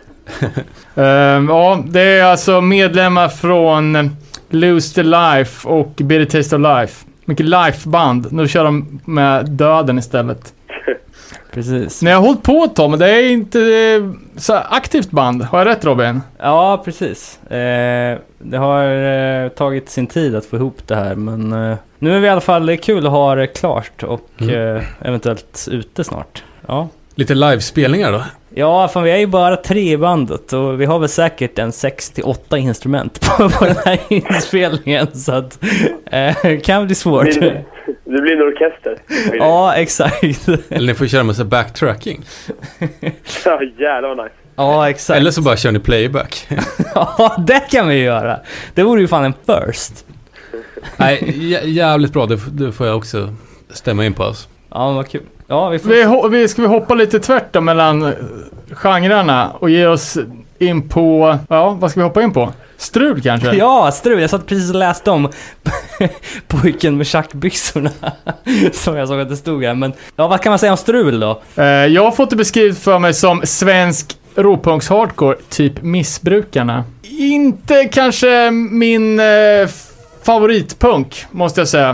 Ja, det är alltså medlemmar från Lose the Life och Bitter Taste of Life. Mycket life-band. Nu kör de med döden istället. Precis. Ni har hållit på ett tag, men det är inte så aktivt band. Har jag rätt, Robin? Ja, precis. Det har tagit sin tid att få ihop det här, men nu är vi i alla fall kul att ha det klart och eventuellt ute snart. Ja. Lite livespelningar då? Ja, för vi är ju bara 3 i bandet och vi har väl säkert en 6-8 instrument på den här inspelningen, så att kan bli svårt. Det blir en orkester. Ja, exakt. Eller ni får köra med så backtracking. Ja, jävlar nice. Ja, exakt. Eller så bara kör ni playback. Ja, det kan vi göra. Det vore ju fan en first. Nej, jävligt bra. Det får jag också stämma in på oss. Ja, vad kul. Ja, vi Ska vi hoppa lite tvärt då mellan genrerna och ge oss in på... Ja, vad ska vi hoppa in på? Strul kanske? Ja, strul. Jag satt precis och läste om pojken med schackbyxorna som jag såg att det stod här. Men ja, vad kan man säga om strul då? Jag har fått det beskrivet för mig som svensk råpunks hardcore, typ Missbrukarna. Inte kanske min favoritpunk, måste jag säga.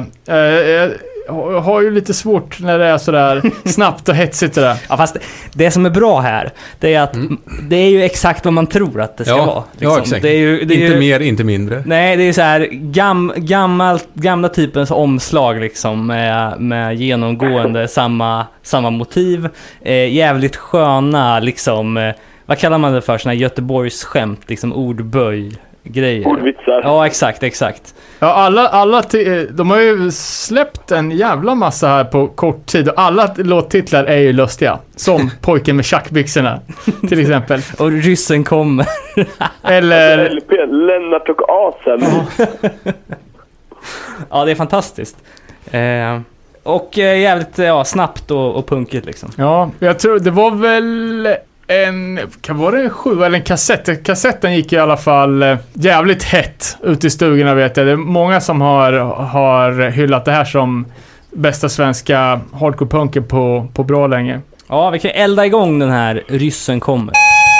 Jag har ju lite svårt när det är sådär snabbt och hetsigt det där. Ja, fast det som är bra här, det är att det är ju exakt vad man tror att det ska vara. Liksom. Ja, exakt. Det är inte ju, mer, inte mindre. Nej, det är så här gamla typens omslag liksom med genomgående samma motiv. Jävligt sköna liksom, vad kallar man det för? Såna här Göteborgs skämt, liksom ordböj grejer. Ordvitsar. Ja, exakt. Ja, alla de har ju släppt en jävla massa här på kort tid och alla låttitlar är ju lustiga. Som Pojken med schackbyxorna till exempel. Och ryssen kommer. Eller LP, Lennart och Asen. Ja, det är fantastiskt. Och jävligt snabbt och punkigt liksom. ja, jag tror det var väl var det en 7 eller en kassett? Kassetten gick i alla fall jävligt hett ute i stugorna, vet jag. Det är många som har hyllat det här som bästa svenska hardcore-punken på bra länge. Ja, vi kan elda igång den här ryssen kommer.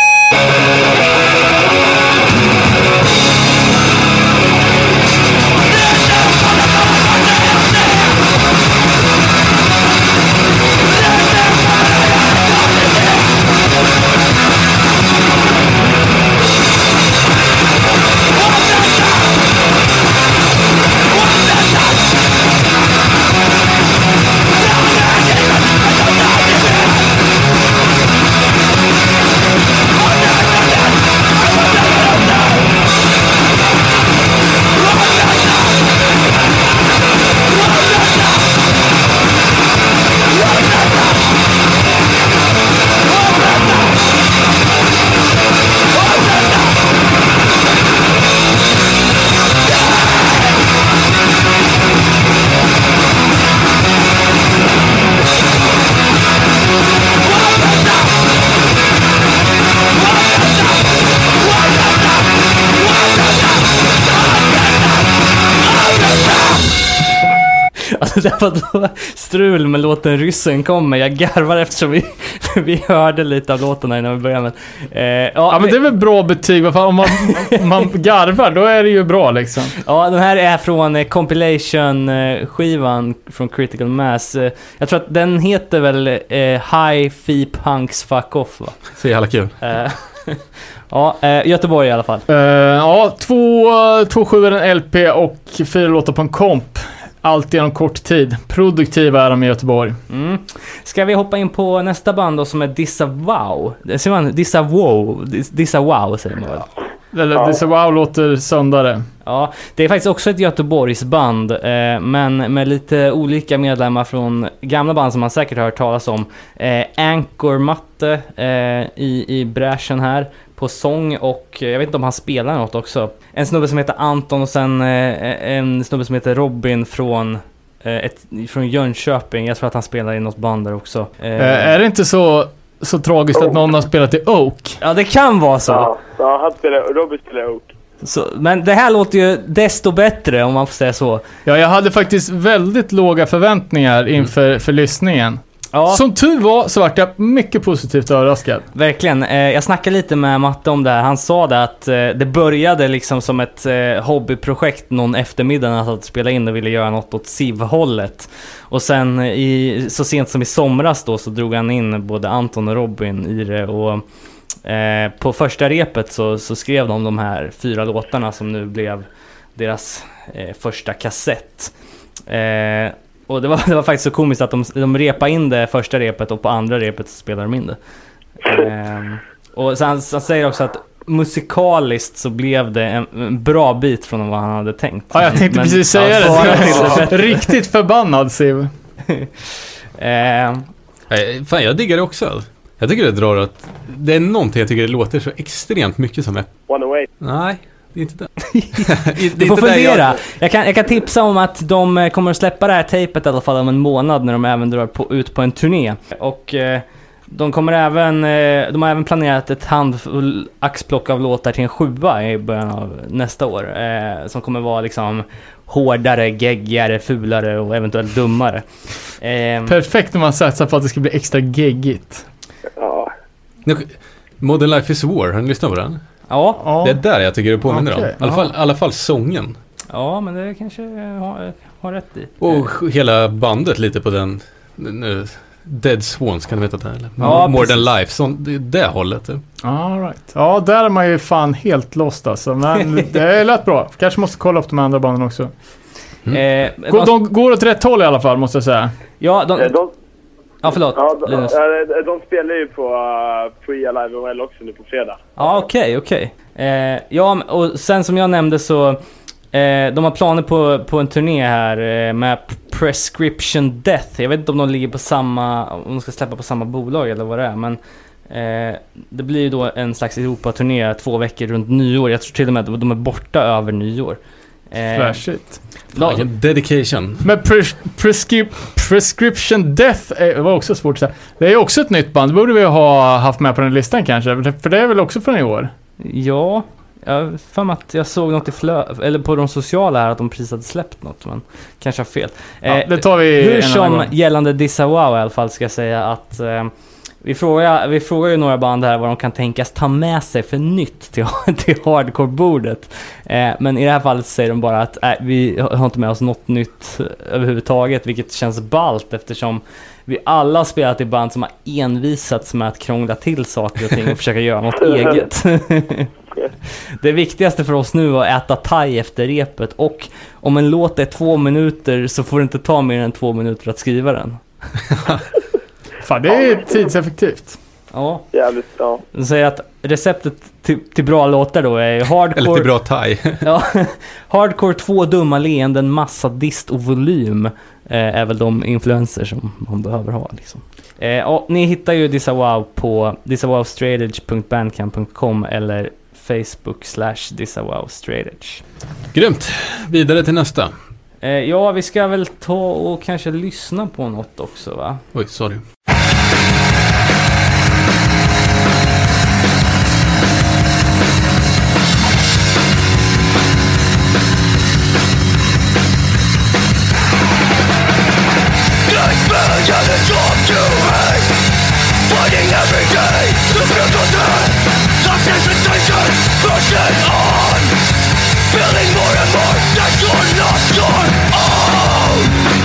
Alltså det var då strul med låten Ryssen kommer. Jag garvar eftersom vi hörde lite av låten innan vi började. Men det är väl bra betyg. Om man garvar, då är det ju bra liksom. Ja, den här är från compilation-skivan från Critical Mass. Jag tror att den heter väl High Fee Punks Fuck Off, va? Så jävla kul. Ja, Göteborg i alla fall. Två 7 en LP och 4 låtar på en komp. Allt inom kort tid. Produktiva är de i Göteborg. Ska vi hoppa in på nästa band då, som är Disavow? Ser man Disavow säger man väl? Eller Disavow låter söndare. Ja, det är faktiskt också ett Göteborgs band, men med lite olika medlemmar från gamla band som man säkert har hört talas om. Anchor Matte i bräschen här på sång, och jag vet inte om han spelar något också. En snubbe som heter Anton och sen en snubbe som heter Robin från från Jönköping. Jag tror att han spelar i något band där också. Är det inte så tragiskt att någon har spelat i Oak? Ja, det kan vara så. Ja, Robin spelar Oak. Så, men det här låter ju desto bättre om man får säga så. Ja, jag hade faktiskt väldigt låga förväntningar inför lyssningen. Ja. Som tur var så var jag mycket positivt överraskad. Verkligen. Jag snackade lite med Matte om det här. Han sa det att det började liksom som ett hobbyprojekt någon eftermiddag att spela in och ville göra något åt Civ-hållet. Och sen så sent som i somras då så drog han in både Anton och Robin i det. Och på första repet så skrev de här 4 låtarna som nu blev deras första kassett. Och det var faktiskt så komiskt att de repade in det första repet och på andra repet så spelade de in det. Och sen säger också att musikaliskt så blev det en bra bit från vad han hade tänkt. Ja, jag tänkte precis säga det. Riktigt förbannad, Siv. Fan, jag diggar det också. Jag tycker det drar att det är någonting jag tycker det låter så extremt mycket som det. One Away. Nej, det är inte det. Du får fundera. Jag kan tipsa om att de kommer att släppa det här tejpet i alla fall om en månad när de även drar ut på en turné. Och de har även planerat ett handfull axplock av låtar till en 7:a i början av nästa år. Som kommer vara liksom hårdare, geggigare, fulare och eventuellt dummare. Perfekt när man satsar på att det ska bli extra geggigt. Ja. Modern Life is War, har ni lyssnat på den? Ja. Det är där jag tycker det påminner om. I alla fall sången. Ja, men det kanske har rätt i. Och hela bandet lite på den Dead Swans, kan du veta det? Eller? Ja, More Than Life, det hållet. All right. Ja, där är man ju fan helt lost alltså. Men det lät bra. Kanske måste kolla upp de andra banden också. De går åt rätt håll i alla fall, måste jag säga. Ja, förlåt. Ja, de spelar ju på Free Alive OL också nu på fredag. Ja, okej. Ja, och sen som jag nämnde så de har planer på en turné här med Prescription Death. Jag vet inte om de ligger på om de ska släppa på samma bolag eller vad det är, men det blir ju då en slags Europa-turné 2 veckor runt nyår. Jag tror till och med att de är borta över nyår. Flashigt. Dedication. Men Prescription Death var också svårt att säga. Det är också ett nytt band. Det borde vi ha haft med på den listan kanske. För det är väl också från i år? Ja, för att jag såg något eller på de sociala här att de precis hade släppt något, men kanske har fel. Det tar vi hur som gällande Dissa Wow i alla fall ska jag säga att vi frågar ju några band här vad de kan tänkas ta med sig för nytt till hardcore-bordet. Men i det här fallet säger de bara att vi har inte med oss något nytt överhuvudtaget, vilket känns ballt eftersom vi alla har spelat i band som har envisats med att krångla till saker och ting och försöka göra något eget. Det viktigaste för oss nu var att äta thai efter repet, och om en låt är 2 minuter så får det inte ta mer än 2 minuter att skriva den. Fan, det är tidseffektivt. Ja. Jävligt, ja. De säger att receptet till bra låtar då är hardcore... Eller till bra thai. Ja, hardcore, 2 dumma leenden, massa dist och volym är väl de influenser som man behöver ha liksom. Ni hittar ju Dissa Wow på dissawowstrategy.bandcamp.com eller Facebook/dissawowstrategy. Grymt. Vidare till nästa. Ja, vi ska väl ta och kanske lyssna på något också, va? Oj, sorry. Fighting every day, the physical death, the sensation, pushing on, feeling more and more that you're not your own.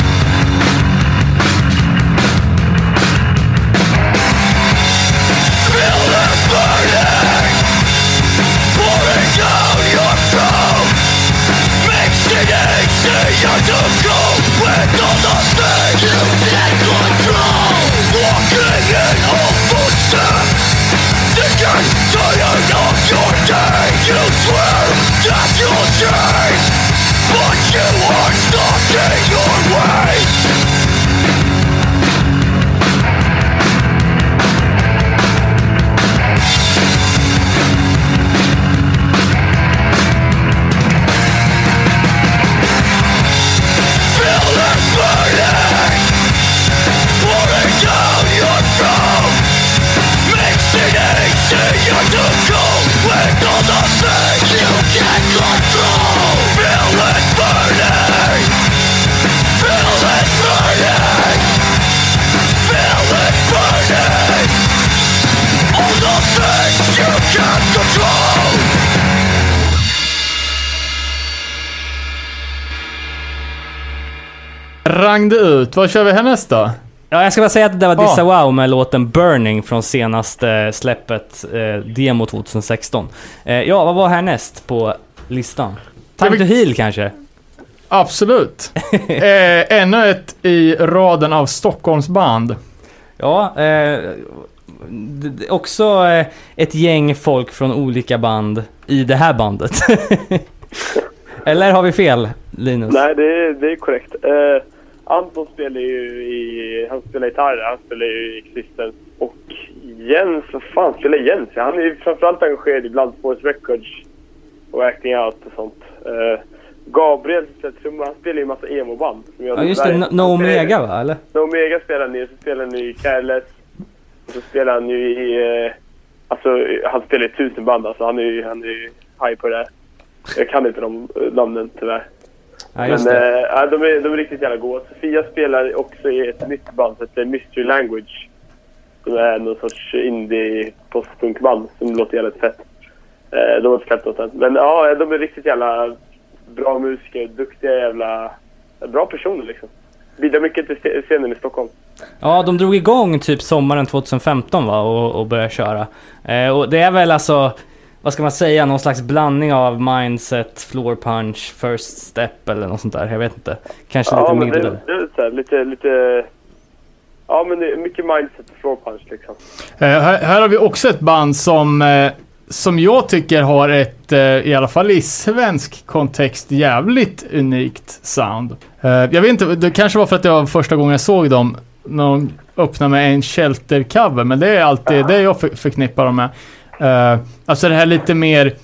Feel the burning, pouring down your throat, mixing easier to go with all the things you take control. Walking in all footsteps, thinking tired of your day. You swear that you'll change, but you are stuck in your ways. Feel this burn. sprang det ut. Vad kör vi härnäst då? Ja, jag ska bara säga att det var Dissa Wow med låten Burning från senaste släppet, Demo 2016. Ja, vad var härnäst på listan? Time to Heal kanske? Absolut. Ännu ett i raden av Stockholmsband. Ja, också ett gäng folk från olika band i det här bandet. Eller har vi fel, Linus? Nej, det är korrekt. Anton spelar ju han spelar gitarr, han spelar ju i Existence. Och Jens, vad fan spelar Jens? Han är ju framförallt engagerad i Blood Force Records och Acting Out och sånt. Gabriel trumma, han spelar ju en massa emo-band. Ja, just det, No Omega va, eller? No Omega spelar han ju, så spelar han i Careless. Och så spelar han ju i... alltså, han spelar i 1000 band, alltså han är ju high på det där. Jag kan inte de namnen tyvärr. Ja, just men det. de är riktigt jävla goda. Sofia spelar också i ett nytt band som heter Mystery Language. Som är någon sorts indie postpunkband som låter jävligt fett. De har inte släppt något än. Men ja, de är riktigt jävla bra musiker, duktiga jävla... bra personer liksom. Bidrar mycket till scenen i Stockholm. Ja, de drog igång typ sommaren 2015 va, och började köra. Och det är väl alltså... vad ska man säga, någon slags blandning av Mindset, Floor Punch, First Step eller något sånt där, jag vet inte. Kanske lite mindre. Det är lite... ja, men det är mycket Mindset och Floor Punch liksom. Här har vi också ett band som jag tycker har ett, i alla fall i svensk kontext, jävligt unikt sound. Jag vet inte, det kanske var för att det var första gången jag såg dem när de öppnade med en Shelter-cover, men det är alltid det jag förknippar dem med. Alltså det här lite mer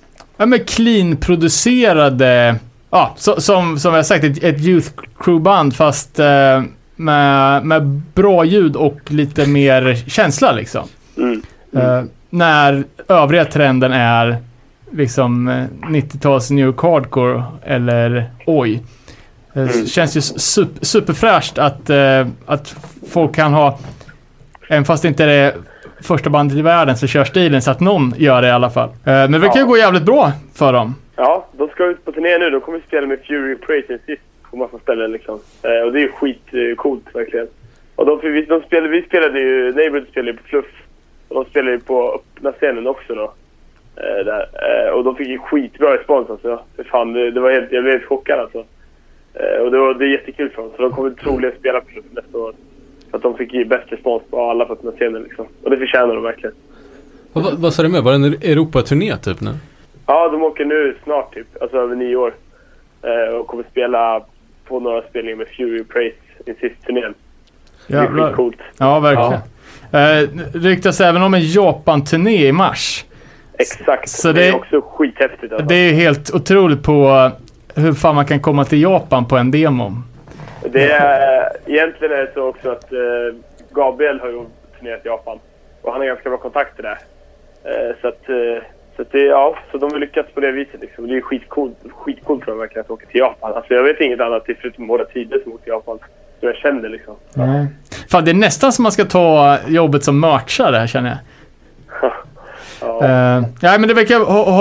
clean-producerade, som jag sagt, ett Youth Crew-band fast med bra ljud och lite mer känsla liksom. När övriga trenden är liksom 90-tals New York Hardcore eller oj. Känns ju superfräscht att folk kan ha, även fast det inte är det första bandet i världen så kör stilen, så att någon gör det i alla fall. Men det kan ju gå jävligt bra för dem. Ja, de ska ut på turné nu. De kommer spela med Fury Praise sist på massa ställen liksom. Och det är ju skitcoolt verkligen. Och vi spelade ju, Neighborhood spelade ju på Fluff. Och de spelade ju på öppna scenen också då. Där. Och de fick ju skitbra respons alltså. Fan, jag blev helt chockad alltså. Och det är jättekul för dem. Så de kommer troligen spela på Fluff nästa år. Så att de fick ju bäst respons på alla på öppna scenen liksom. Och det förtjänar de verkligen. Vad sa du med? Var det en Europa-turné typ nu? Ja, de åker nu snart typ. Alltså över 9 år. Och kommer spela på några spelningar med Fury Praise i sista turnén. Det är skitcoolt. Ja, verkligen. Ryktas även om en Japan-turné i mars. Exakt, så det är också skithäftigt alltså. Det är helt otroligt på hur fan man kan komma till Japan på en demo. Egentligen är det så också att Gabriel har ju turnerat i Japan. Och han har ganska bra kontakter där. Så de har lyckats på det viset liksom. Det är skitcoolt för dem verkligen att åka till Japan. Alltså jag vet inget annat förutom båda tider som åker till Japan. Som jag känner liksom. Mm. Fan, det är nästan som man ska ta jobbet som merchare här, känner jag. Ja, men det verkar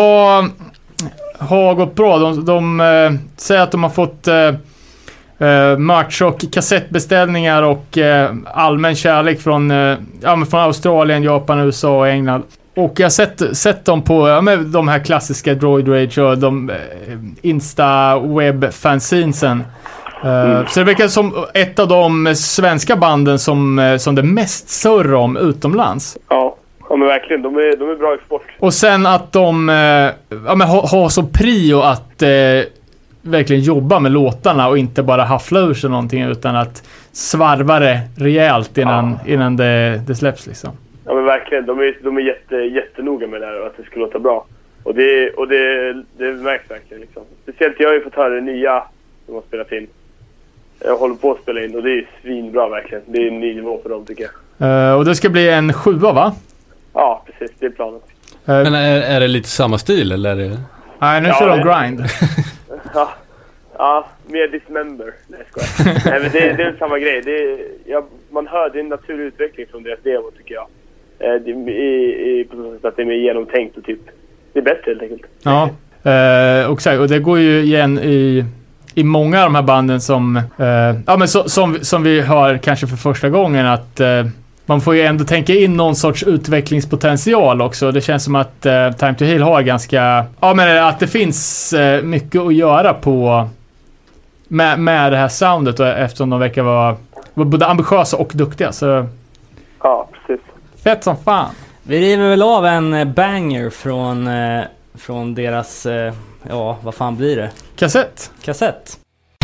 ha gått bra. De säger att de har fått merch och kassettbeställningar och allmän kärlek från Australien, Japan, USA och England. Och jag har sett dem på de här klassiska Droid Rage och de Insta-web-fanzinesen. Så det verkar som ett av de svenska banden som det mest surrar om utomlands. Ja, men verkligen. De är bra export. Och sen att de har så prio att verkligen jobba med låtarna och inte bara haffla ur sig någonting, utan att svarva det rejält innan det släpps liksom. Ja, men verkligen. De är jättenoga med det här och att det ska låta bra. Och det märks verkligen liksom. Speciellt jag har ju fått höra det nya som har spelat in. Jag håller på att spela in och det är svinbra verkligen. Det är en ny nivå för dem tycker jag. Och det ska bli en 7, va? Ja, precis. Det är planen. Men är det lite samma stil eller är det... Nej, nu kör de grind. Ja, mer Dismember. Nej, Nej, men det är samma grej. Man hör det är en naturlig utveckling från deras demo tycker jag. På så sätt att det är mer genomtänkt och typ det är bättre helt enkelt. Ja, och det går ju igen i i många av de här banden som som vi hör kanske för första gången, att man får ju ändå tänka in någon sorts utvecklingspotential också. Det känns som att Time to Heal har ganska... Ja, men att det finns mycket att göra på med det här soundet, och eftersom de verkar vara både ambitiösa och duktiga. Så... Ja, precis. Fett som fan. Vi river väl av en banger från deras... ja, vad fan blir det? Kassett.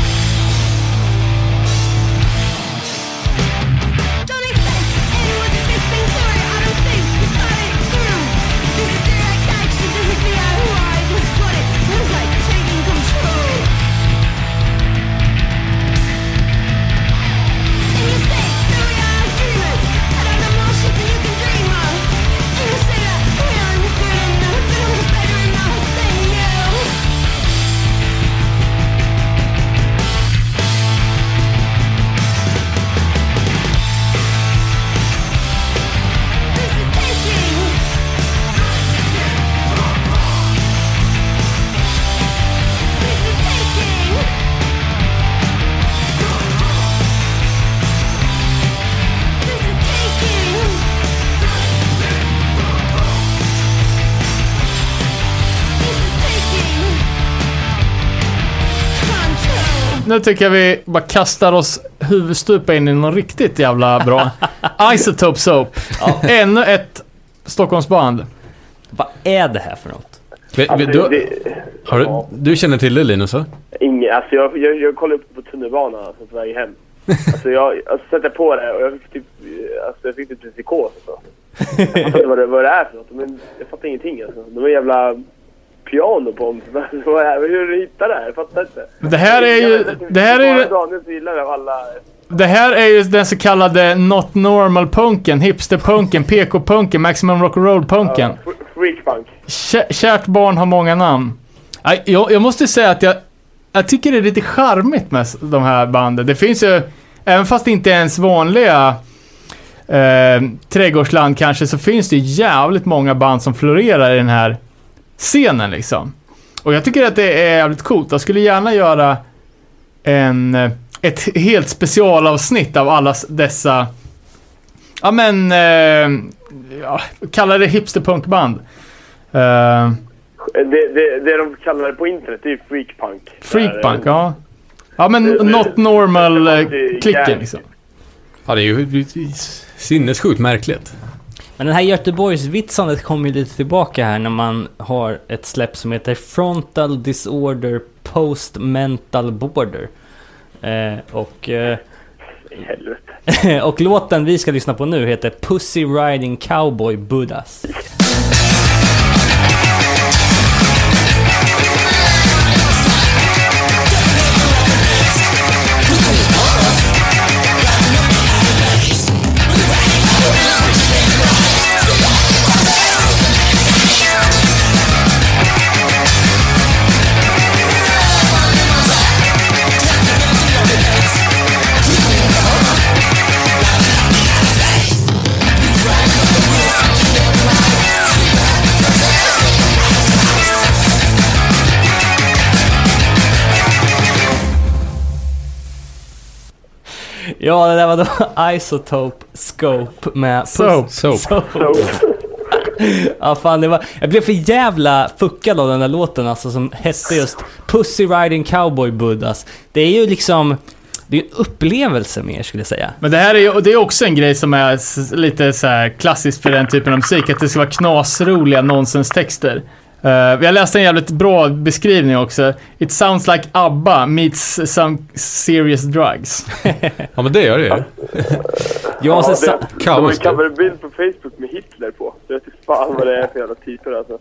Nu tycker jag vi bara kastar oss huvudstupa in i någon riktigt jävla bra Isotope Soap. Ja. Ännu ett Stockholmsband. Vad är det här för något? Du känner till det, Linus? Alltså jag kollade upp på tunnelbanan alltså, på väg hem. Alltså jag sätter på det och jag fick typ en psykos. Alltså. Jag fattar inte vad det är för något, men jag fattar ingenting. Alltså. De är jävla piano på dem. Hur du hittar det här? Jag fattar inte. Det här är ju den så kallade not normal punken, hipsterpunken, PK-punken, maximum rock and roll punken. Freakpunk. Kärt barn har många namn. Jag måste säga att jag tycker det är lite charmigt med de här banden. Det finns ju, även fast det inte är ens vanliga trädgårdsland kanske, så finns det jävligt många band som florerar i den här scenen liksom. Och jag tycker att det är jävligt coolt. Jag skulle gärna göra ett helt specialavsnitt av alla dessa kallar det hipsterpunkband. Det de kallar det på internet är ju freakpunk. Freakpunk, ja. Ja, men not normal klicken liksom. Ja, det är ju sinnessjukt märkligt. Men den här Göteborgsvitsandet kommer ju lite tillbaka här när man har ett släpp som heter Frontal Disorder Post Mental Border. Och låten vi ska lyssna på nu heter Pussy Riding Cowboy Buddhas. Ja, det där var då Isotope Scope med Soap. Ja, fan, jag blev för jävla fuckad av den där låten alltså, som hette just Pussy Riding Cowboy Buddhas. Det är ju liksom, det är en upplevelse mer, skulle jag säga. Men det är också en grej som är lite så här klassiskt för den typen av musik, att det ska vara knasroliga nonsenstexter. Vi har läst en jävligt bra beskrivning också. It sounds like ABBA meets some serious drugs. Ja, men det gör det ju. De har en coverbild på Facebook med Hitler på. Jag vet inte fan vad det är för jävla typer alltså.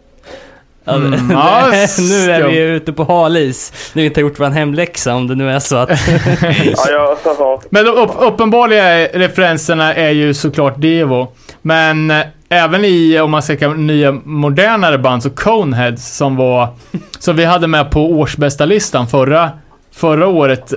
Nu är vi ute på halis. Nu har vi inte gjort vår hemläxa, om det nu är så att... Men de uppenbarliga referenserna är ju såklart Devo. Men även om man ser nya modernare band, så Coneheads som vi hade med på årsbästa listan förra året.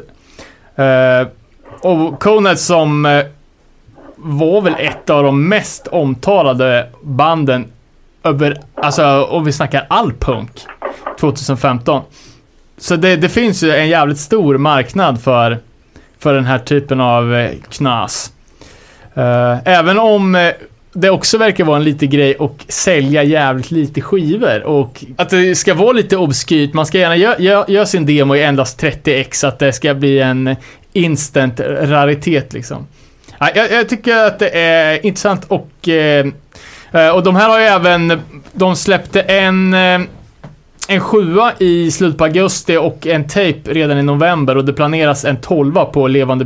Och Coneheads som var väl ett av de mest omtalade banden över, alltså om vi snackar all punk 2015. Så det finns ju en jävligt stor marknad för den här typen av knas. Även om det också verkar vara en liten grej och sälja jävligt lite skivor och att det ska vara lite obskyrt. Man ska gärna göra sin demo i endast 30x, att det ska bli en instant raritet liksom. Jag tycker att det är intressant och de här har ju även, de släppte en 7 i slutet på augusti och en tape redan i november, och det planeras en 12 på Levande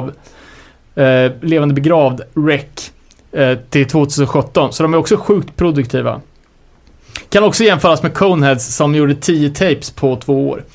begravd rec till 2017, så de är också sjukt produktiva. Kan också jämföras med Coneheads som gjorde 10 tapes på 2 år.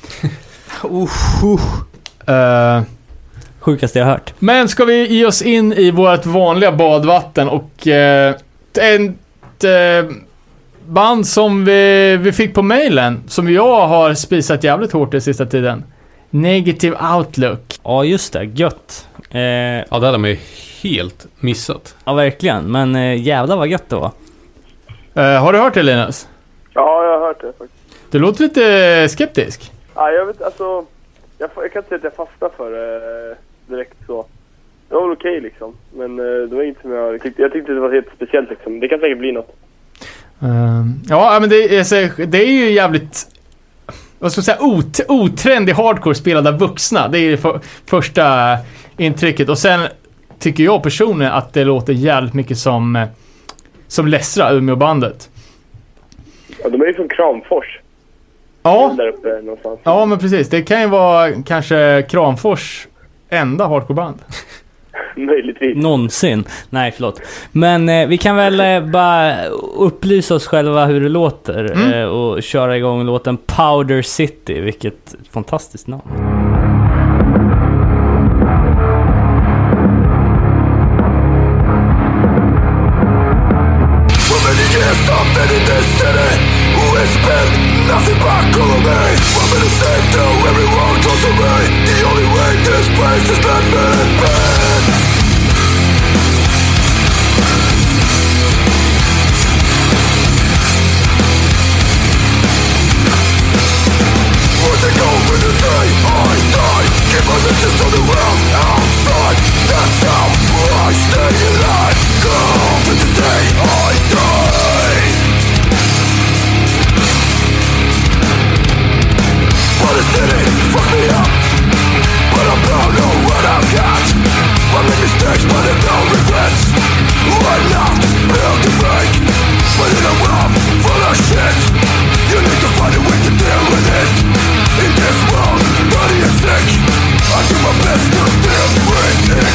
Sjukaste jag hört. Men ska vi ge oss in i vårt vanliga badvatten och ett band som vi fick på mailen, som jag har spisat jävligt hårt den sista tiden. Negative Outlook. Ja, just det. Gött. Ja, det hade man ju helt missat. Ja, verkligen. Men jävla vad gött det var. Har du hört det, Linus? Ja, jag har hört det faktiskt. Du låter lite skeptisk. Ja, jag vet, alltså... Jag kan inte säga att jag fastnade för det direkt så. Det var okej liksom. Men det var inte som jag tyckte det var helt speciellt liksom. Det kan säkert bli något. Ja, men det är ju jävligt, vad ska man säga, otrendig hardcore spelad av vuxna. Det är ju första intrycket. Och sen tycker jag personligen att det låter jävligt mycket som Lessra, Umeå-bandet. Ja, de är ju från Kramfors. Ja. Där uppe någonstans. Ja, men precis. Det kan ju vara kanske Kramfors enda hardcore-band. Möjligtvis. Någonsin. Nej, förlåt. Men vi kan väl bara upplysa oss själva hur det låter och köra igång låten Powder City, vilket fantastiskt namn. Nothing back on me. I'm gonna say to everyone close to me. The only way this place is left me in pain. What's it go for the day I die? Keep my mentions on the world outside. That's how I stay alive. Go for the day I die. But the city fuck me up. But I'm proud of what I've got. I make mistakes but I no regrets. I'm not built to break. But in a world full of shit, you need to find a way to deal with it. In this world, body is sick. I do my best to deal with it.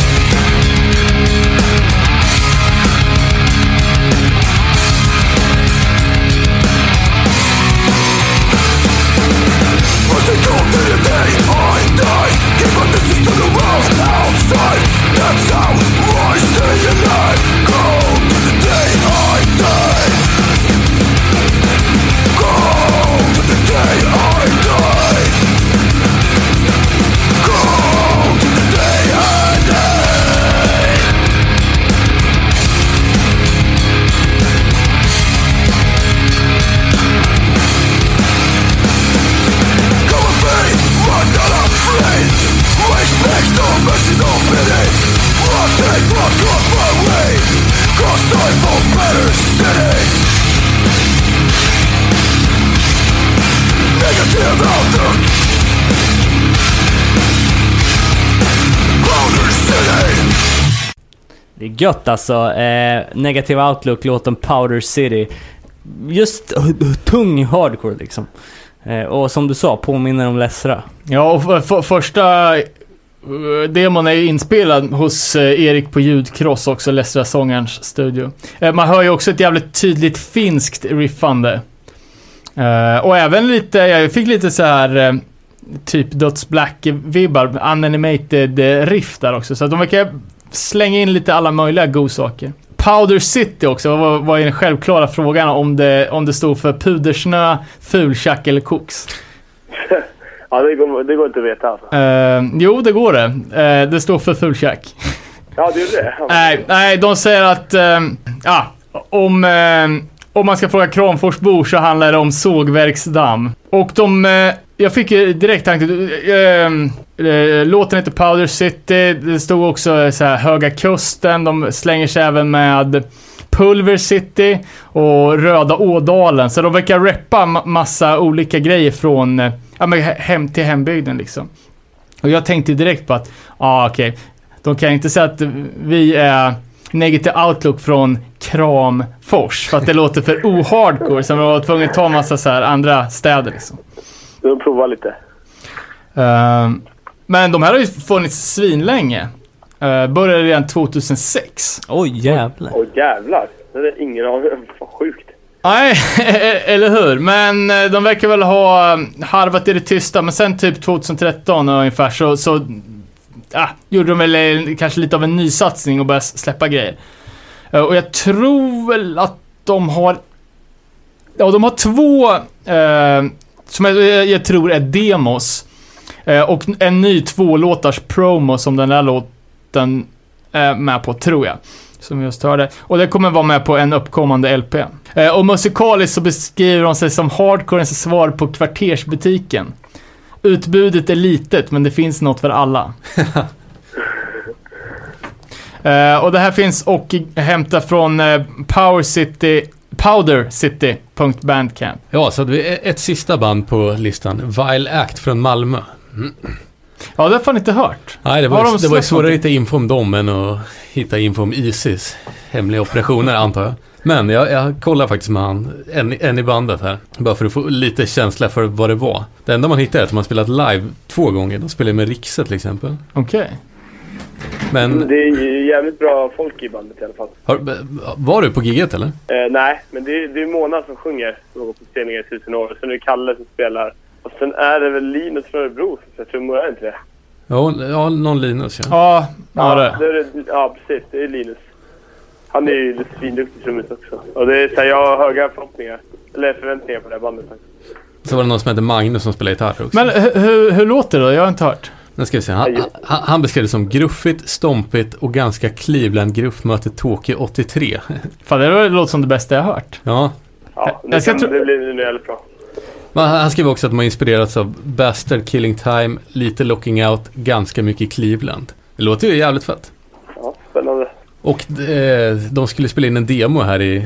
What's it go to the day I die? Give my message to the world outside. That's how I stay alive. Go to the day I die. Go to the day I die. Go to the day I die. Go with me, run not afraid. Respect, no mercy, no pity. I'll take what comes my way. Cause time for better city. Negative outlook. Powder City. Det är gött alltså. Negative Outlook, låten Powder City. Just tung hardcore liksom. Och som du sa, påminner om Lessra. Ja, och första demon är ju inspelad hos Erik på Ljudkross också, Lessra-sångerns studio. Man hör ju också ett jävligt tydligt finskt riffande. Och även lite, jag fick lite så här typ Dödsblack-vibbar, unanimated riff där också. Så att de verkar slänga in lite alla möjliga godsaker. Powder City också var ju den självklara frågan om det stod för pudersnö, fultjack eller koks. Ja, det går inte att veta alltså. Jo, det går det. Det står för fultjack. Ja, det är det. Nej, de säger att om man ska fråga Kramforsbor så handlar det om sågverksdamm. Och jag fick ju direkt tanke. Låten heter Powder City. Det stod också så här Höga Kusten. De slänger sig även med Pulver City och Röda Ådalen. Så de verkar rappa massa olika grejer från hem till hembygden liksom. Och jag tänkte direkt på att okej. De kan inte säga att vi är Negative Outlook från Kramfors för att det låter för ohardcore, så de var tvungna att ta massa så här andra städer liksom. De provar lite. Men de här har ju funnits svinlänge. Började redan 2006. Oj, jävlar. Åh jävlar. Det är ingen aning. Vad sjukt. Nej, eller hur? Men de verkar väl ha harvat i det tysta. Men sen typ 2013 ungefär så gjorde de väl kanske lite av en ny satsning och började släppa grejer. Och jag tror väl att de har två som jag tror är demos och en ny 2-låtars promo som den där låten är med på, tror jag, som just hörde. Och det kommer vara med på en uppkommande LP. Och musikaliskt så beskriver de sig som hardcorens svar på kvartersbutiken. Utbudet är litet, men det finns något för alla. Och det här finns och hämta från powdercity.bandcamp. Ja, så det är ett sista band på listan. Vile Act från Malmö. Ja, det har fan inte hört. Nej, det var svårare att hitta info om dem än att hitta info om Isis hemliga operationer, antar jag. Men jag kollar faktiskt med en i bandet här. Bara för att få lite känsla för vad det var. Det enda man hittar är att de har spelat live 2 gånger. De spelar med Rixe till exempel. Okej. Men det är jävligt bra folk i bandet i alla fall. Var du på giget eller? Nej, men det är Mona som sjunger. Som går på spelningar i 1000 år. Sen är det Kalle som spelar. Och sen är det väl Linus från Örebro. Så jag tror är inte det. Ja, någon Linus, ja. Ja, precis. Det är Linus. Han är ju lite svinduktig trummis också. Och det är så här, jag har höga förhoppningar. Eller förväntningar på det här bandet. Så var det någon som heter Magnus som spelar gitarr också. Men hur låter det då? Jag har inte hört. Nu ska vi se. Han beskrev det som gruffigt, stompigt och ganska Cleveland-gruff möter Tokyo 83. Fan, det låter som det bästa jag har hört. Ja, det blir nu jävligt bra. Men han skrev också att man inspirerats av Bastard, Killing Time, lite Locking Out, ganska mycket Cleveland. Det låter ju jävligt fett. Ja, spännande. Och de skulle spela in en demo här i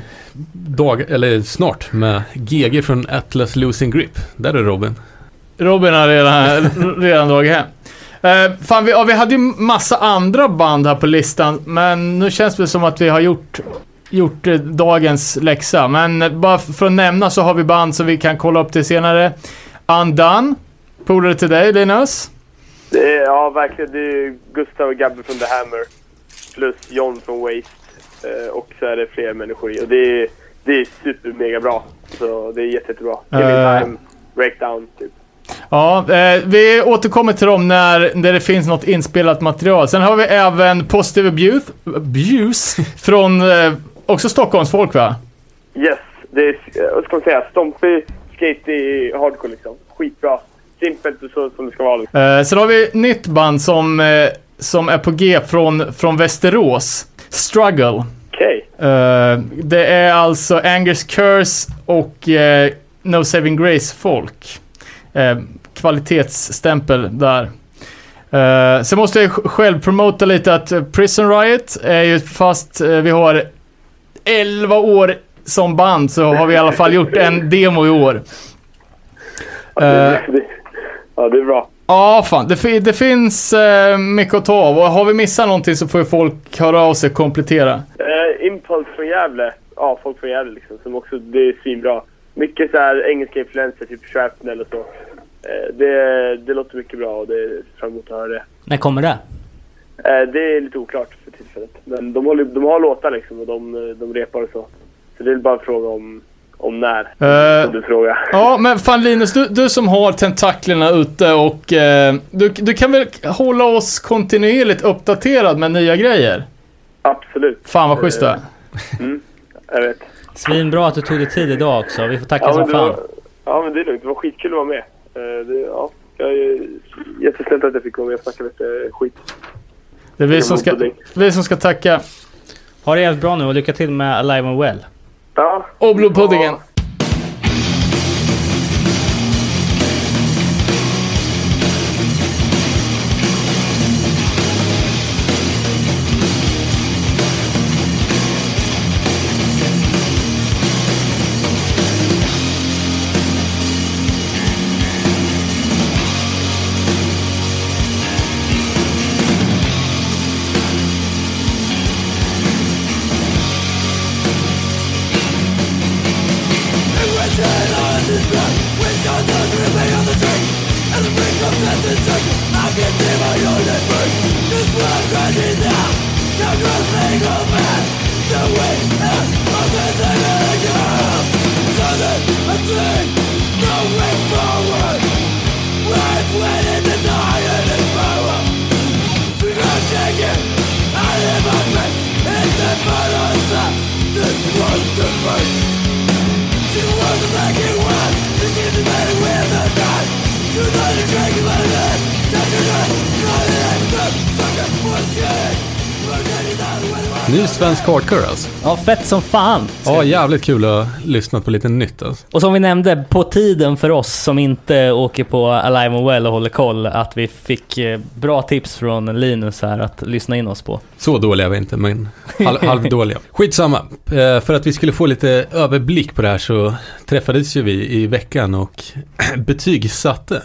snart med GG från Atlas Losing Grip. Där är Robin. Robin har redan dragit hem. Vi hade ju massa andra band här på listan, men nu känns det som att vi har gjort dagens läxa. Men bara för att nämna så har vi band som vi kan kolla upp till senare. Undone, polare till dig, Linus. Ja, verkligen. Det är Gustav och Gabbe från The Hammer plus John från Waste. Och så är det fler människor i. Och det är super mega bra. Så det är jättebra. Time, Breakdown typ. Ja, vi återkommer till dem när det finns något inspelat material. Sen har vi även Positive Abuse från också Stockholms folk, va? Yes, det är, vad ska man säga, stompy, skatey, hardcore liksom. Skitbra. Simpelt och så som det ska vara. Sen har vi nytt band som är på G från Västerås. Struggle. Okej. Det är alltså Anger's Curse och No Saving Grace folk. Kvalitetsstämpel där. Sen måste jag själv promota lite att Prison Riot är ju, fast vi har 11 år som band, så har vi i alla fall gjort en demo i år. Ja, det är bra. Ja, fan. Det finns mycket att ta av. Och har vi missat någonting så får ju folk höra av sig och komplettera. Impulse från Gävle. Ja, folk från Gävle liksom. Som också, det är svinbra. Mycket så här engelska influenser, typ Shrapnel och så. Det låter mycket bra och det är fram emot att höra det. När kommer det? Det är lite oklart för tillfället. Men de har låtar liksom och de repar och så. Så det är bara en fråga om när. Du frågar. Ja, men fan Linus, du som har tentaklerna ute och du kan väl hålla oss kontinuerligt uppdaterad med nya grejer? Absolut. Fan vad schysst du är. Jag vet. Svinbra att du tog dig tid idag också. Vi får tacka som fan. Ja, men det är lugnt. Det var skitkul att vara med. Jag är jättesnällt att jag fick vara med och snacka lite skit. Det är vi som ska tacka. Ha det jävligt bra nu och lycka till med Alive and Well. Ja. Och blodpuddingen. Ny svensk hardcore alltså. Ja, fett som fan. Ja, jävligt kul att lyssna på lite nytt alltså. Och som vi nämnde, på tiden för oss som inte åker på Alive and Well och håller koll, att vi fick bra tips från Linus här att lyssna in oss på. Så dåliga var inte, men halvdåliga. Skitsamma. För att vi skulle få lite överblick på det här så träffades ju vi i veckan och betygsatte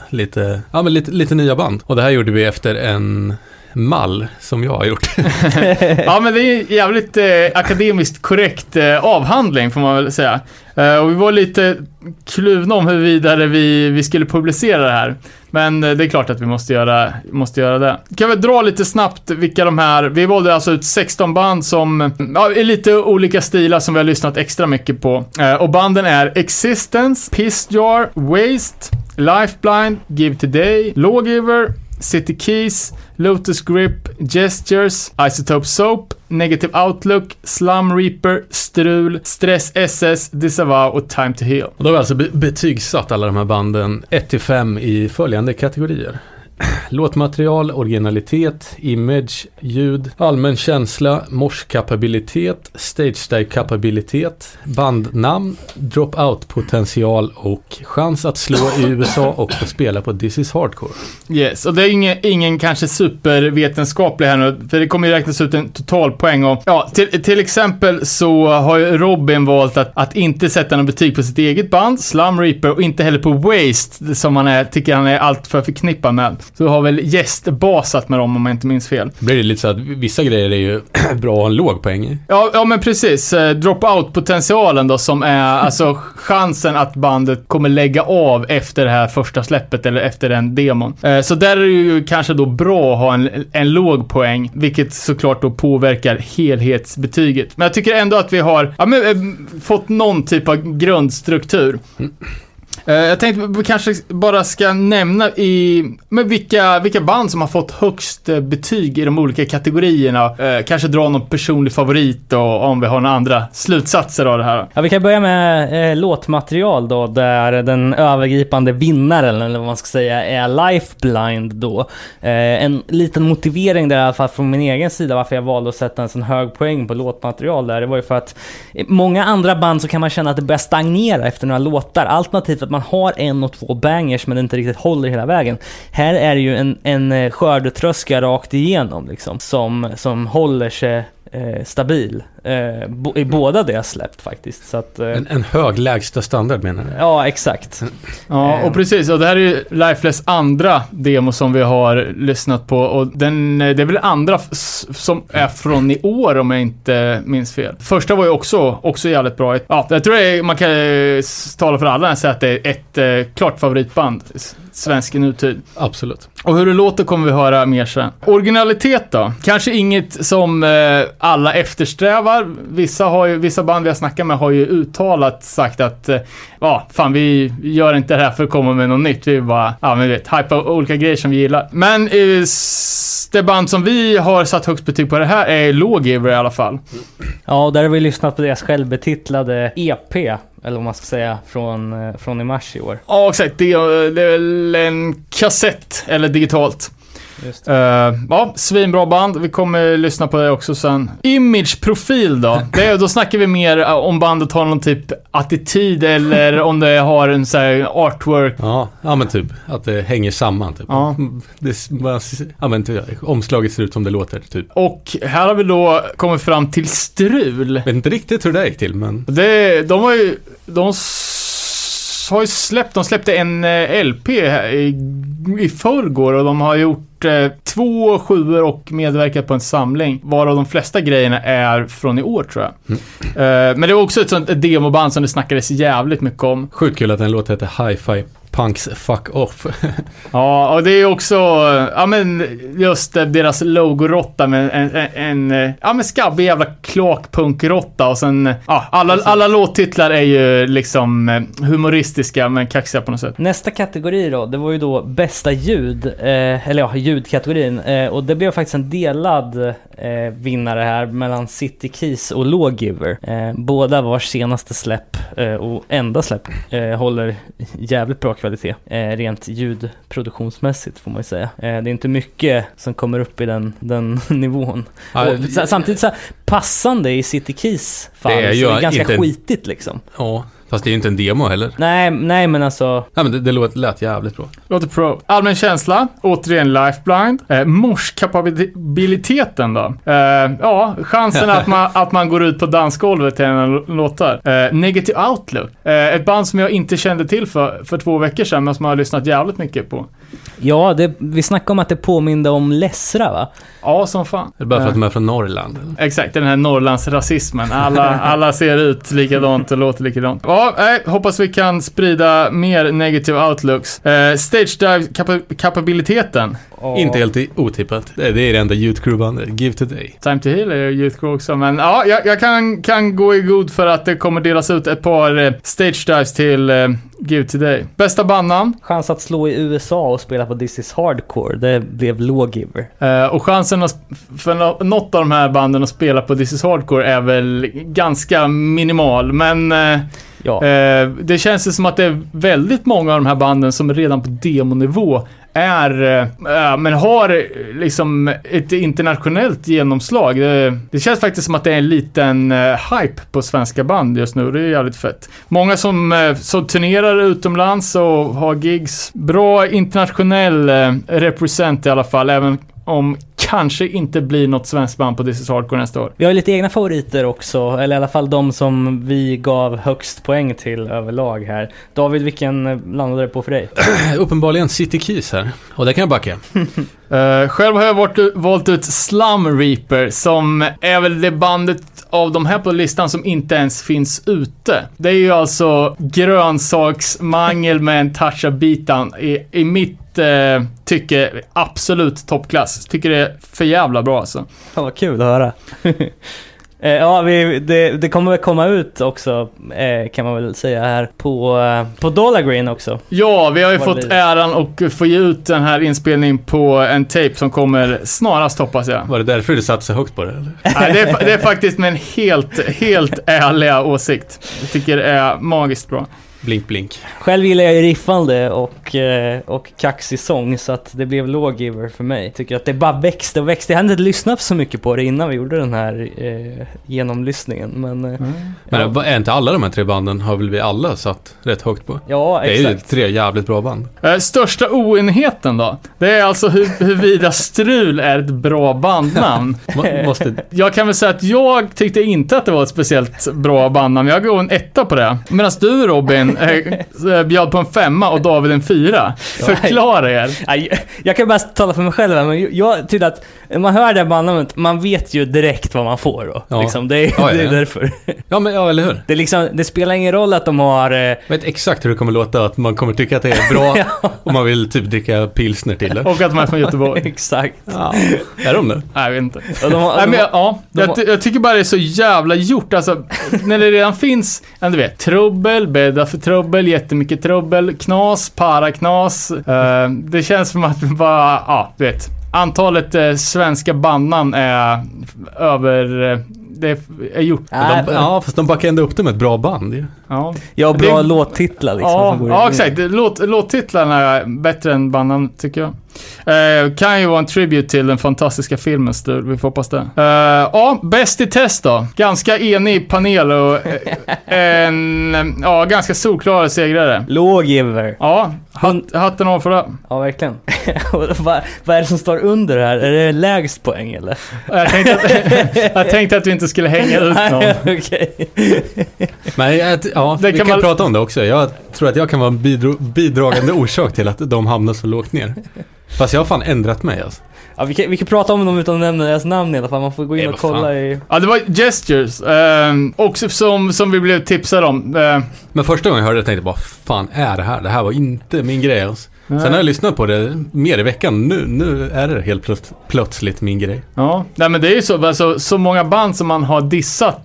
lite nya band. Och det här gjorde vi efter en mall som jag har gjort. Ja, men det är jävligt akademiskt korrekt avhandling får man väl säga. Och vi var lite kluvna om hur vidare vi skulle publicera det här. Men det är klart att vi måste göra det. Kan vi dra lite snabbt vilka de här... Vi valde alltså ut 16 band som är lite olika stilar som vi har lyssnat extra mycket på. Och banden är Existence, Pissjar, Waste, Lifeline, Give Today, Lawgiver, City Keys, Lotus Grip, Gestures, Isotope Soap, Negative Outlook, Slum Reaper, Strul, Stress SS, Disavow och Time to Heal. Och då har vi alltså betygsatt alla de här banden 1-5 i följande kategorier. Låtmaterial, originalitet, image, ljud, allmän känsla, morskapabilitet, stage-dive-kapabilitet, bandnamn, drop-out-potential och chans att slå i USA och få spela på This is Hardcore. Yes, och det är ingen kanske supervetenskaplig här nu, för det kommer ju räknas ut en totalpoäng. Och, ja, till exempel så har ju Robin valt att inte sätta någon betyg på sitt eget band, Slum Reaper, och inte heller på Waste, som tycker han är allt för förknippad med. Så har väl gästbasat med dem om jag inte minns fel. Det blir lite så att vissa grejer är ju bra att ha en låg poäng i. Ja, men precis. Drop-out-potentialen då, som är alltså chansen att bandet kommer lägga av efter det här första släppet eller efter den demon. Så där är det ju kanske då bra att ha en låg poäng, vilket såklart då påverkar helhetsbetyget. Men jag tycker ändå att vi har fått någon typ av grundstruktur. Jag tänkte vi kanske bara ska nämna vilka band som har fått högst betyg i de olika kategorierna. Kanske dra någon personlig favorit och om vi har några andra slutsatser av det här. Ja, vi kan börja med låtmaterial då, där den övergripande vinnaren, eller vad man ska säga, är Lifeline då. En liten motivering där i alla fall från min egen sida varför jag valde att sätta en sån hög poäng på låtmaterial där. Det var ju för att många andra band så kan man känna att det börjar stagnera efter några låtar. Alternativt att man har 1 och 2 bangers men inte riktigt håller hela vägen. Här är det ju en skördetröska rakt igenom liksom, som håller sig stabil i båda det släppt faktiskt. Så att, en hög lägsta standard menar du? Ja, exakt. Ja, och precis. Och det här är ju Lifeless andra demo som vi har lyssnat på. Och det är väl andra som är från i år om jag inte minns fel. Första var ju också jävligt bra. Ja, jag tror man kan tala för alla och säga att det är ett klart favoritband. Svensk nutid. Absolut. Och hur det låter kommer vi höra mer sen. Originalitet då? Kanske inget som alla eftersträvar. Vissa band vi har snackat med har ju uttalat sagt att fan vi gör inte det här för att komma med något nytt. Vi bara, hypa olika grejer som vi gillar. Men det band som vi har satt högst betyg på det här är Lawgiver i alla fall. Ja, och där har vi lyssnat på deras självbetitlade EP, eller vad man ska säga, från i mars i år. Ja, exakt. Det är väl en kassett eller digitalt. Just det. Svinbra band. Vi kommer lyssna på det också sen. Image-profil då. Då snackar vi mer om bandet har någon typ attityd eller om det har en så här artwork. Ja, men typ att det hänger samman typ. Ja. Omslaget ser ut som det låter typ. Och här har vi då kommit fram till Strul. Jag vet inte riktigt hur det gick till, men de släppte en LP i förrgår och de har gjort 2 7:or och medverkat på en samling, varav de flesta grejerna är från i år tror jag. Men det var också ett demoband som det snackades jävligt mycket om. Sjukt kul att den låt heter Hi-Fi Punks Fuck Off. Ja, och det är också just deras logorotta med en skabbig jävla klakpunkrotta och sen alla låttitlar är ju liksom humoristiska men kaxiga på något sätt. Nästa kategori då, det var ju då bästa ljud, ljudkategorin, och det blev faktiskt en delad vinnare här mellan City Keys och Lawgiver. Båda vars senaste släpp och enda släpp håller jävligt bra kvalitet. Rent ljudproduktionsmässigt får man ju säga. Det är inte mycket som kommer upp i den nivån. Och samtidigt så passande i City Keys fall, det är ju ganska skitigt liksom. Ja. Fast det är ju inte en demo heller. Nej men alltså... Nej, men det lät jävligt bra. Låter pro. Allmän känsla. Återigen Lifeline. Morskapabiliteten då. Chansen att man går ut på dansgolvet till en låtar. Negative Outlook. Ett band som jag inte kände till för 2 veckor sedan, men som jag har lyssnat jävligt mycket på. Ja, vi snackade om att det påminde om Lessra, va? Ja, som fan. Det är bara för att de är från Norrland. Exakt, den här Norrlandsrasismen. Alla ser ut likadant och låter likadant. Ja, hoppas vi kan sprida mer negative outlooks. Stage dive kapabiliteten. Inte helt otippat. Det är det enda Youth Crew-bandet. Give Today. Time to Heal är Youth Crew också. Men ja, jag kan gå i god för att det kommer delas ut ett par stage dives till Give Today. Bästa bandnamn. Chans att slå i USA och spela på This Is Hardcore. Det blev Lawgiver. Och chansen för något av de här banden att spela på This Is Hardcore är väl ganska minimal. Men ja. Det känns som att det är väldigt många av de här banden som redan på demonivå men har liksom ett internationellt genomslag. Det känns faktiskt som att det är en liten hype på svenska band just nu. Det är jävligt fett. Många som turnerar utomlands och har gigs. Bra internationell represent i alla fall, även om kanske inte blir något svenskt band på This Is Hardcore nästa år. Vi har lite egna favoriter också, eller i alla fall de som vi gav högst poäng till överlag här. David, vilken landade det på för dig? Uppenbarligen City Keys här. Och det kan jag backa. Själv har jag valt ut Slum Reaper, som är väl det bandet av de här på listan som inte ens finns ute. Det är ju alltså grönsaksmangel med en touch av beatdown i mitt tycke absolut toppklass. Tycker det är för jävla bra alltså. Ja, vad kul att höra. Ja, det kommer väl komma ut också, kan man väl säga här, på Dollar Green också. Ja, vi har ju fått äran att få ge ut den här inspelningen på en tape som kommer snarast, hoppas jag. Var det därför du satt så högt på det, eller? Nej, det är faktiskt med en helt ärliga åsikt. Jag tycker det är magiskt bra. Blink, blink. Själv gillar jag ju riffande och kaxig sång, så att det blev Lawgiver för mig. Tycker att det bara växte och växte. Jag hade inte lyssnat så mycket på det innan vi gjorde den här genomlyssningen. Men är inte alla de här 3 banden har väl vi alla satt rätt högt på? Ja, exakt. Det är ju 3 jävligt bra band. Största oenheten då? Det är alltså huruvida Strul är ett bra bandnamn. Jag kan väl säga att jag tyckte inte att det var ett speciellt bra bandnamn. Jag går en 1 på det. Medan du, Robin, bjöd på en 5 och David en 4. Förklara er. Jag kan bara tala för mig själv här, men jag tycker att man hör det bandet, man vet ju direkt vad man får då. Ja. Liksom, det är därför. Ja, eller hur? Det, liksom, det spelar ingen roll att de har... Vet exakt hur det kommer låta, att man kommer tycka att det är bra och man vill typ dricka pilsner till det. Och att de är från Göteborg. Exakt. Ja. Är de det? Nej, jag vet inte. Jag tycker bara det är så jävla gjort. Alltså, när det redan finns, du vet, trubbel, bädda för trubbel, jättemycket trubbel, knas, paraknas. Det känns som att bara, du vet, antalet svenska bandnamn är över... Det är gjort. Fast de backar ändå upp det med ett bra band. Ja, bra låttitlar liksom. Ja, exakt. Låttitlarna är bättre än bandnamn, tycker jag. Kan ju vara en tribute till den fantastiska filmen, vi får hoppas det. Bäst i test då. Ganska enig panel och en ganska solklar segrare. Lawgiver. Ja, hatten av för det. Ja, verkligen. Vad är det som står under här? Är det lägst poäng eller? Jag tänkte att vi inte skulle hänga ut någon. Okej. Men vi kan prata om det också. Jag tror att jag kan vara en bidragande orsak till att de hamnar så lågt ner. Fast jag har fan ändrat mig alltså. Ja, vi kan prata om dem utan att nämna deras namn i alla fall. Man får gå in och kolla i... Ja, det var Gestures. Också som vi blev tipsade om. Men första gången jag hörde det tänkte jag bara, fan är det här? Det här var inte min grej alltså. Sen har jag lyssnat på det mer i veckan. Nu är det helt plötsligt min grej. Ja, nej, men det är ju så, alltså, så många band som man har dissat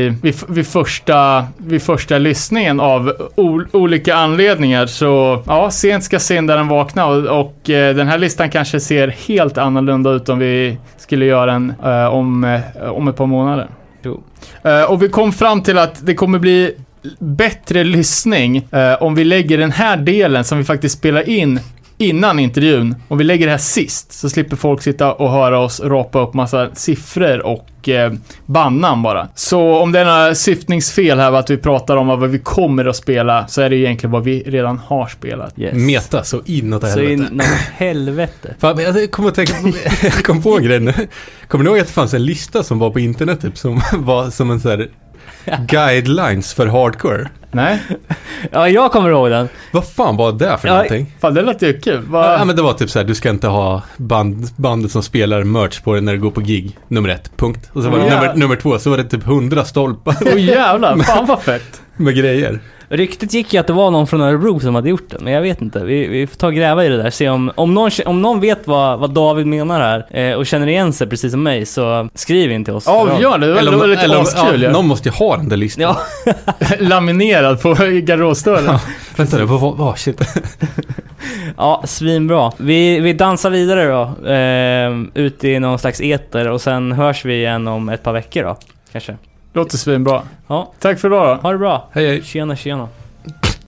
vid första lyssningen av olika anledningar. Så ja, sent ska syndaren vakna och den här listan kanske ser helt annorlunda ut om vi skulle göra den om ett par månader. Och vi kom fram till att det kommer bli bättre lyssning om vi lägger den här delen som vi faktiskt spelar in innan intervjun, om vi lägger det här sist, så slipper folk sitta och höra oss rapa upp massa siffror och bandnamn bara. Så om det är några syftningsfel här, att vi pratar om vad vi kommer att spela, så är det egentligen vad vi redan har spelat. Yes. Meta så inåt helvete. Så inåt helvete. Fan, jag kom på en grej nu. Kommer ni ihåg att det fanns en lista som var på internet typ, som var som en så här guidelines för hardcore? Nej. Ja, jag kommer ihåg den. Vad fan var det för någonting? Fan, det lät ju kul. Ja, men det var typ så här: du ska inte ha bandet som spelar merch på det när du går på gig, nummer 1, punkt. Och så var det nummer 2, så var det typ 100 stolpar. Jävlar, fan vad fett. Med grejer. Ryktet gick ju att det var någon från Örebro som hade gjort det, men jag vet inte. Vi får ta och gräva i det där. Se om någon vet vad David menar här och känner igen sig precis som mig, så skriv in till oss. Ja, gör det. Det var lite askul. Ja, någon måste ju ha den där listan. Ja. Laminerad på garderobsdörren. Ja, vänta nu, vad shit. Ja, svinbra. Vi dansar vidare då. Ut i någon slags eter, och sen hörs vi igen om ett par veckor då. Kanske. Låter svinbra. Ja. Tack för idag då. Ha det bra. Hej hej. Tjena.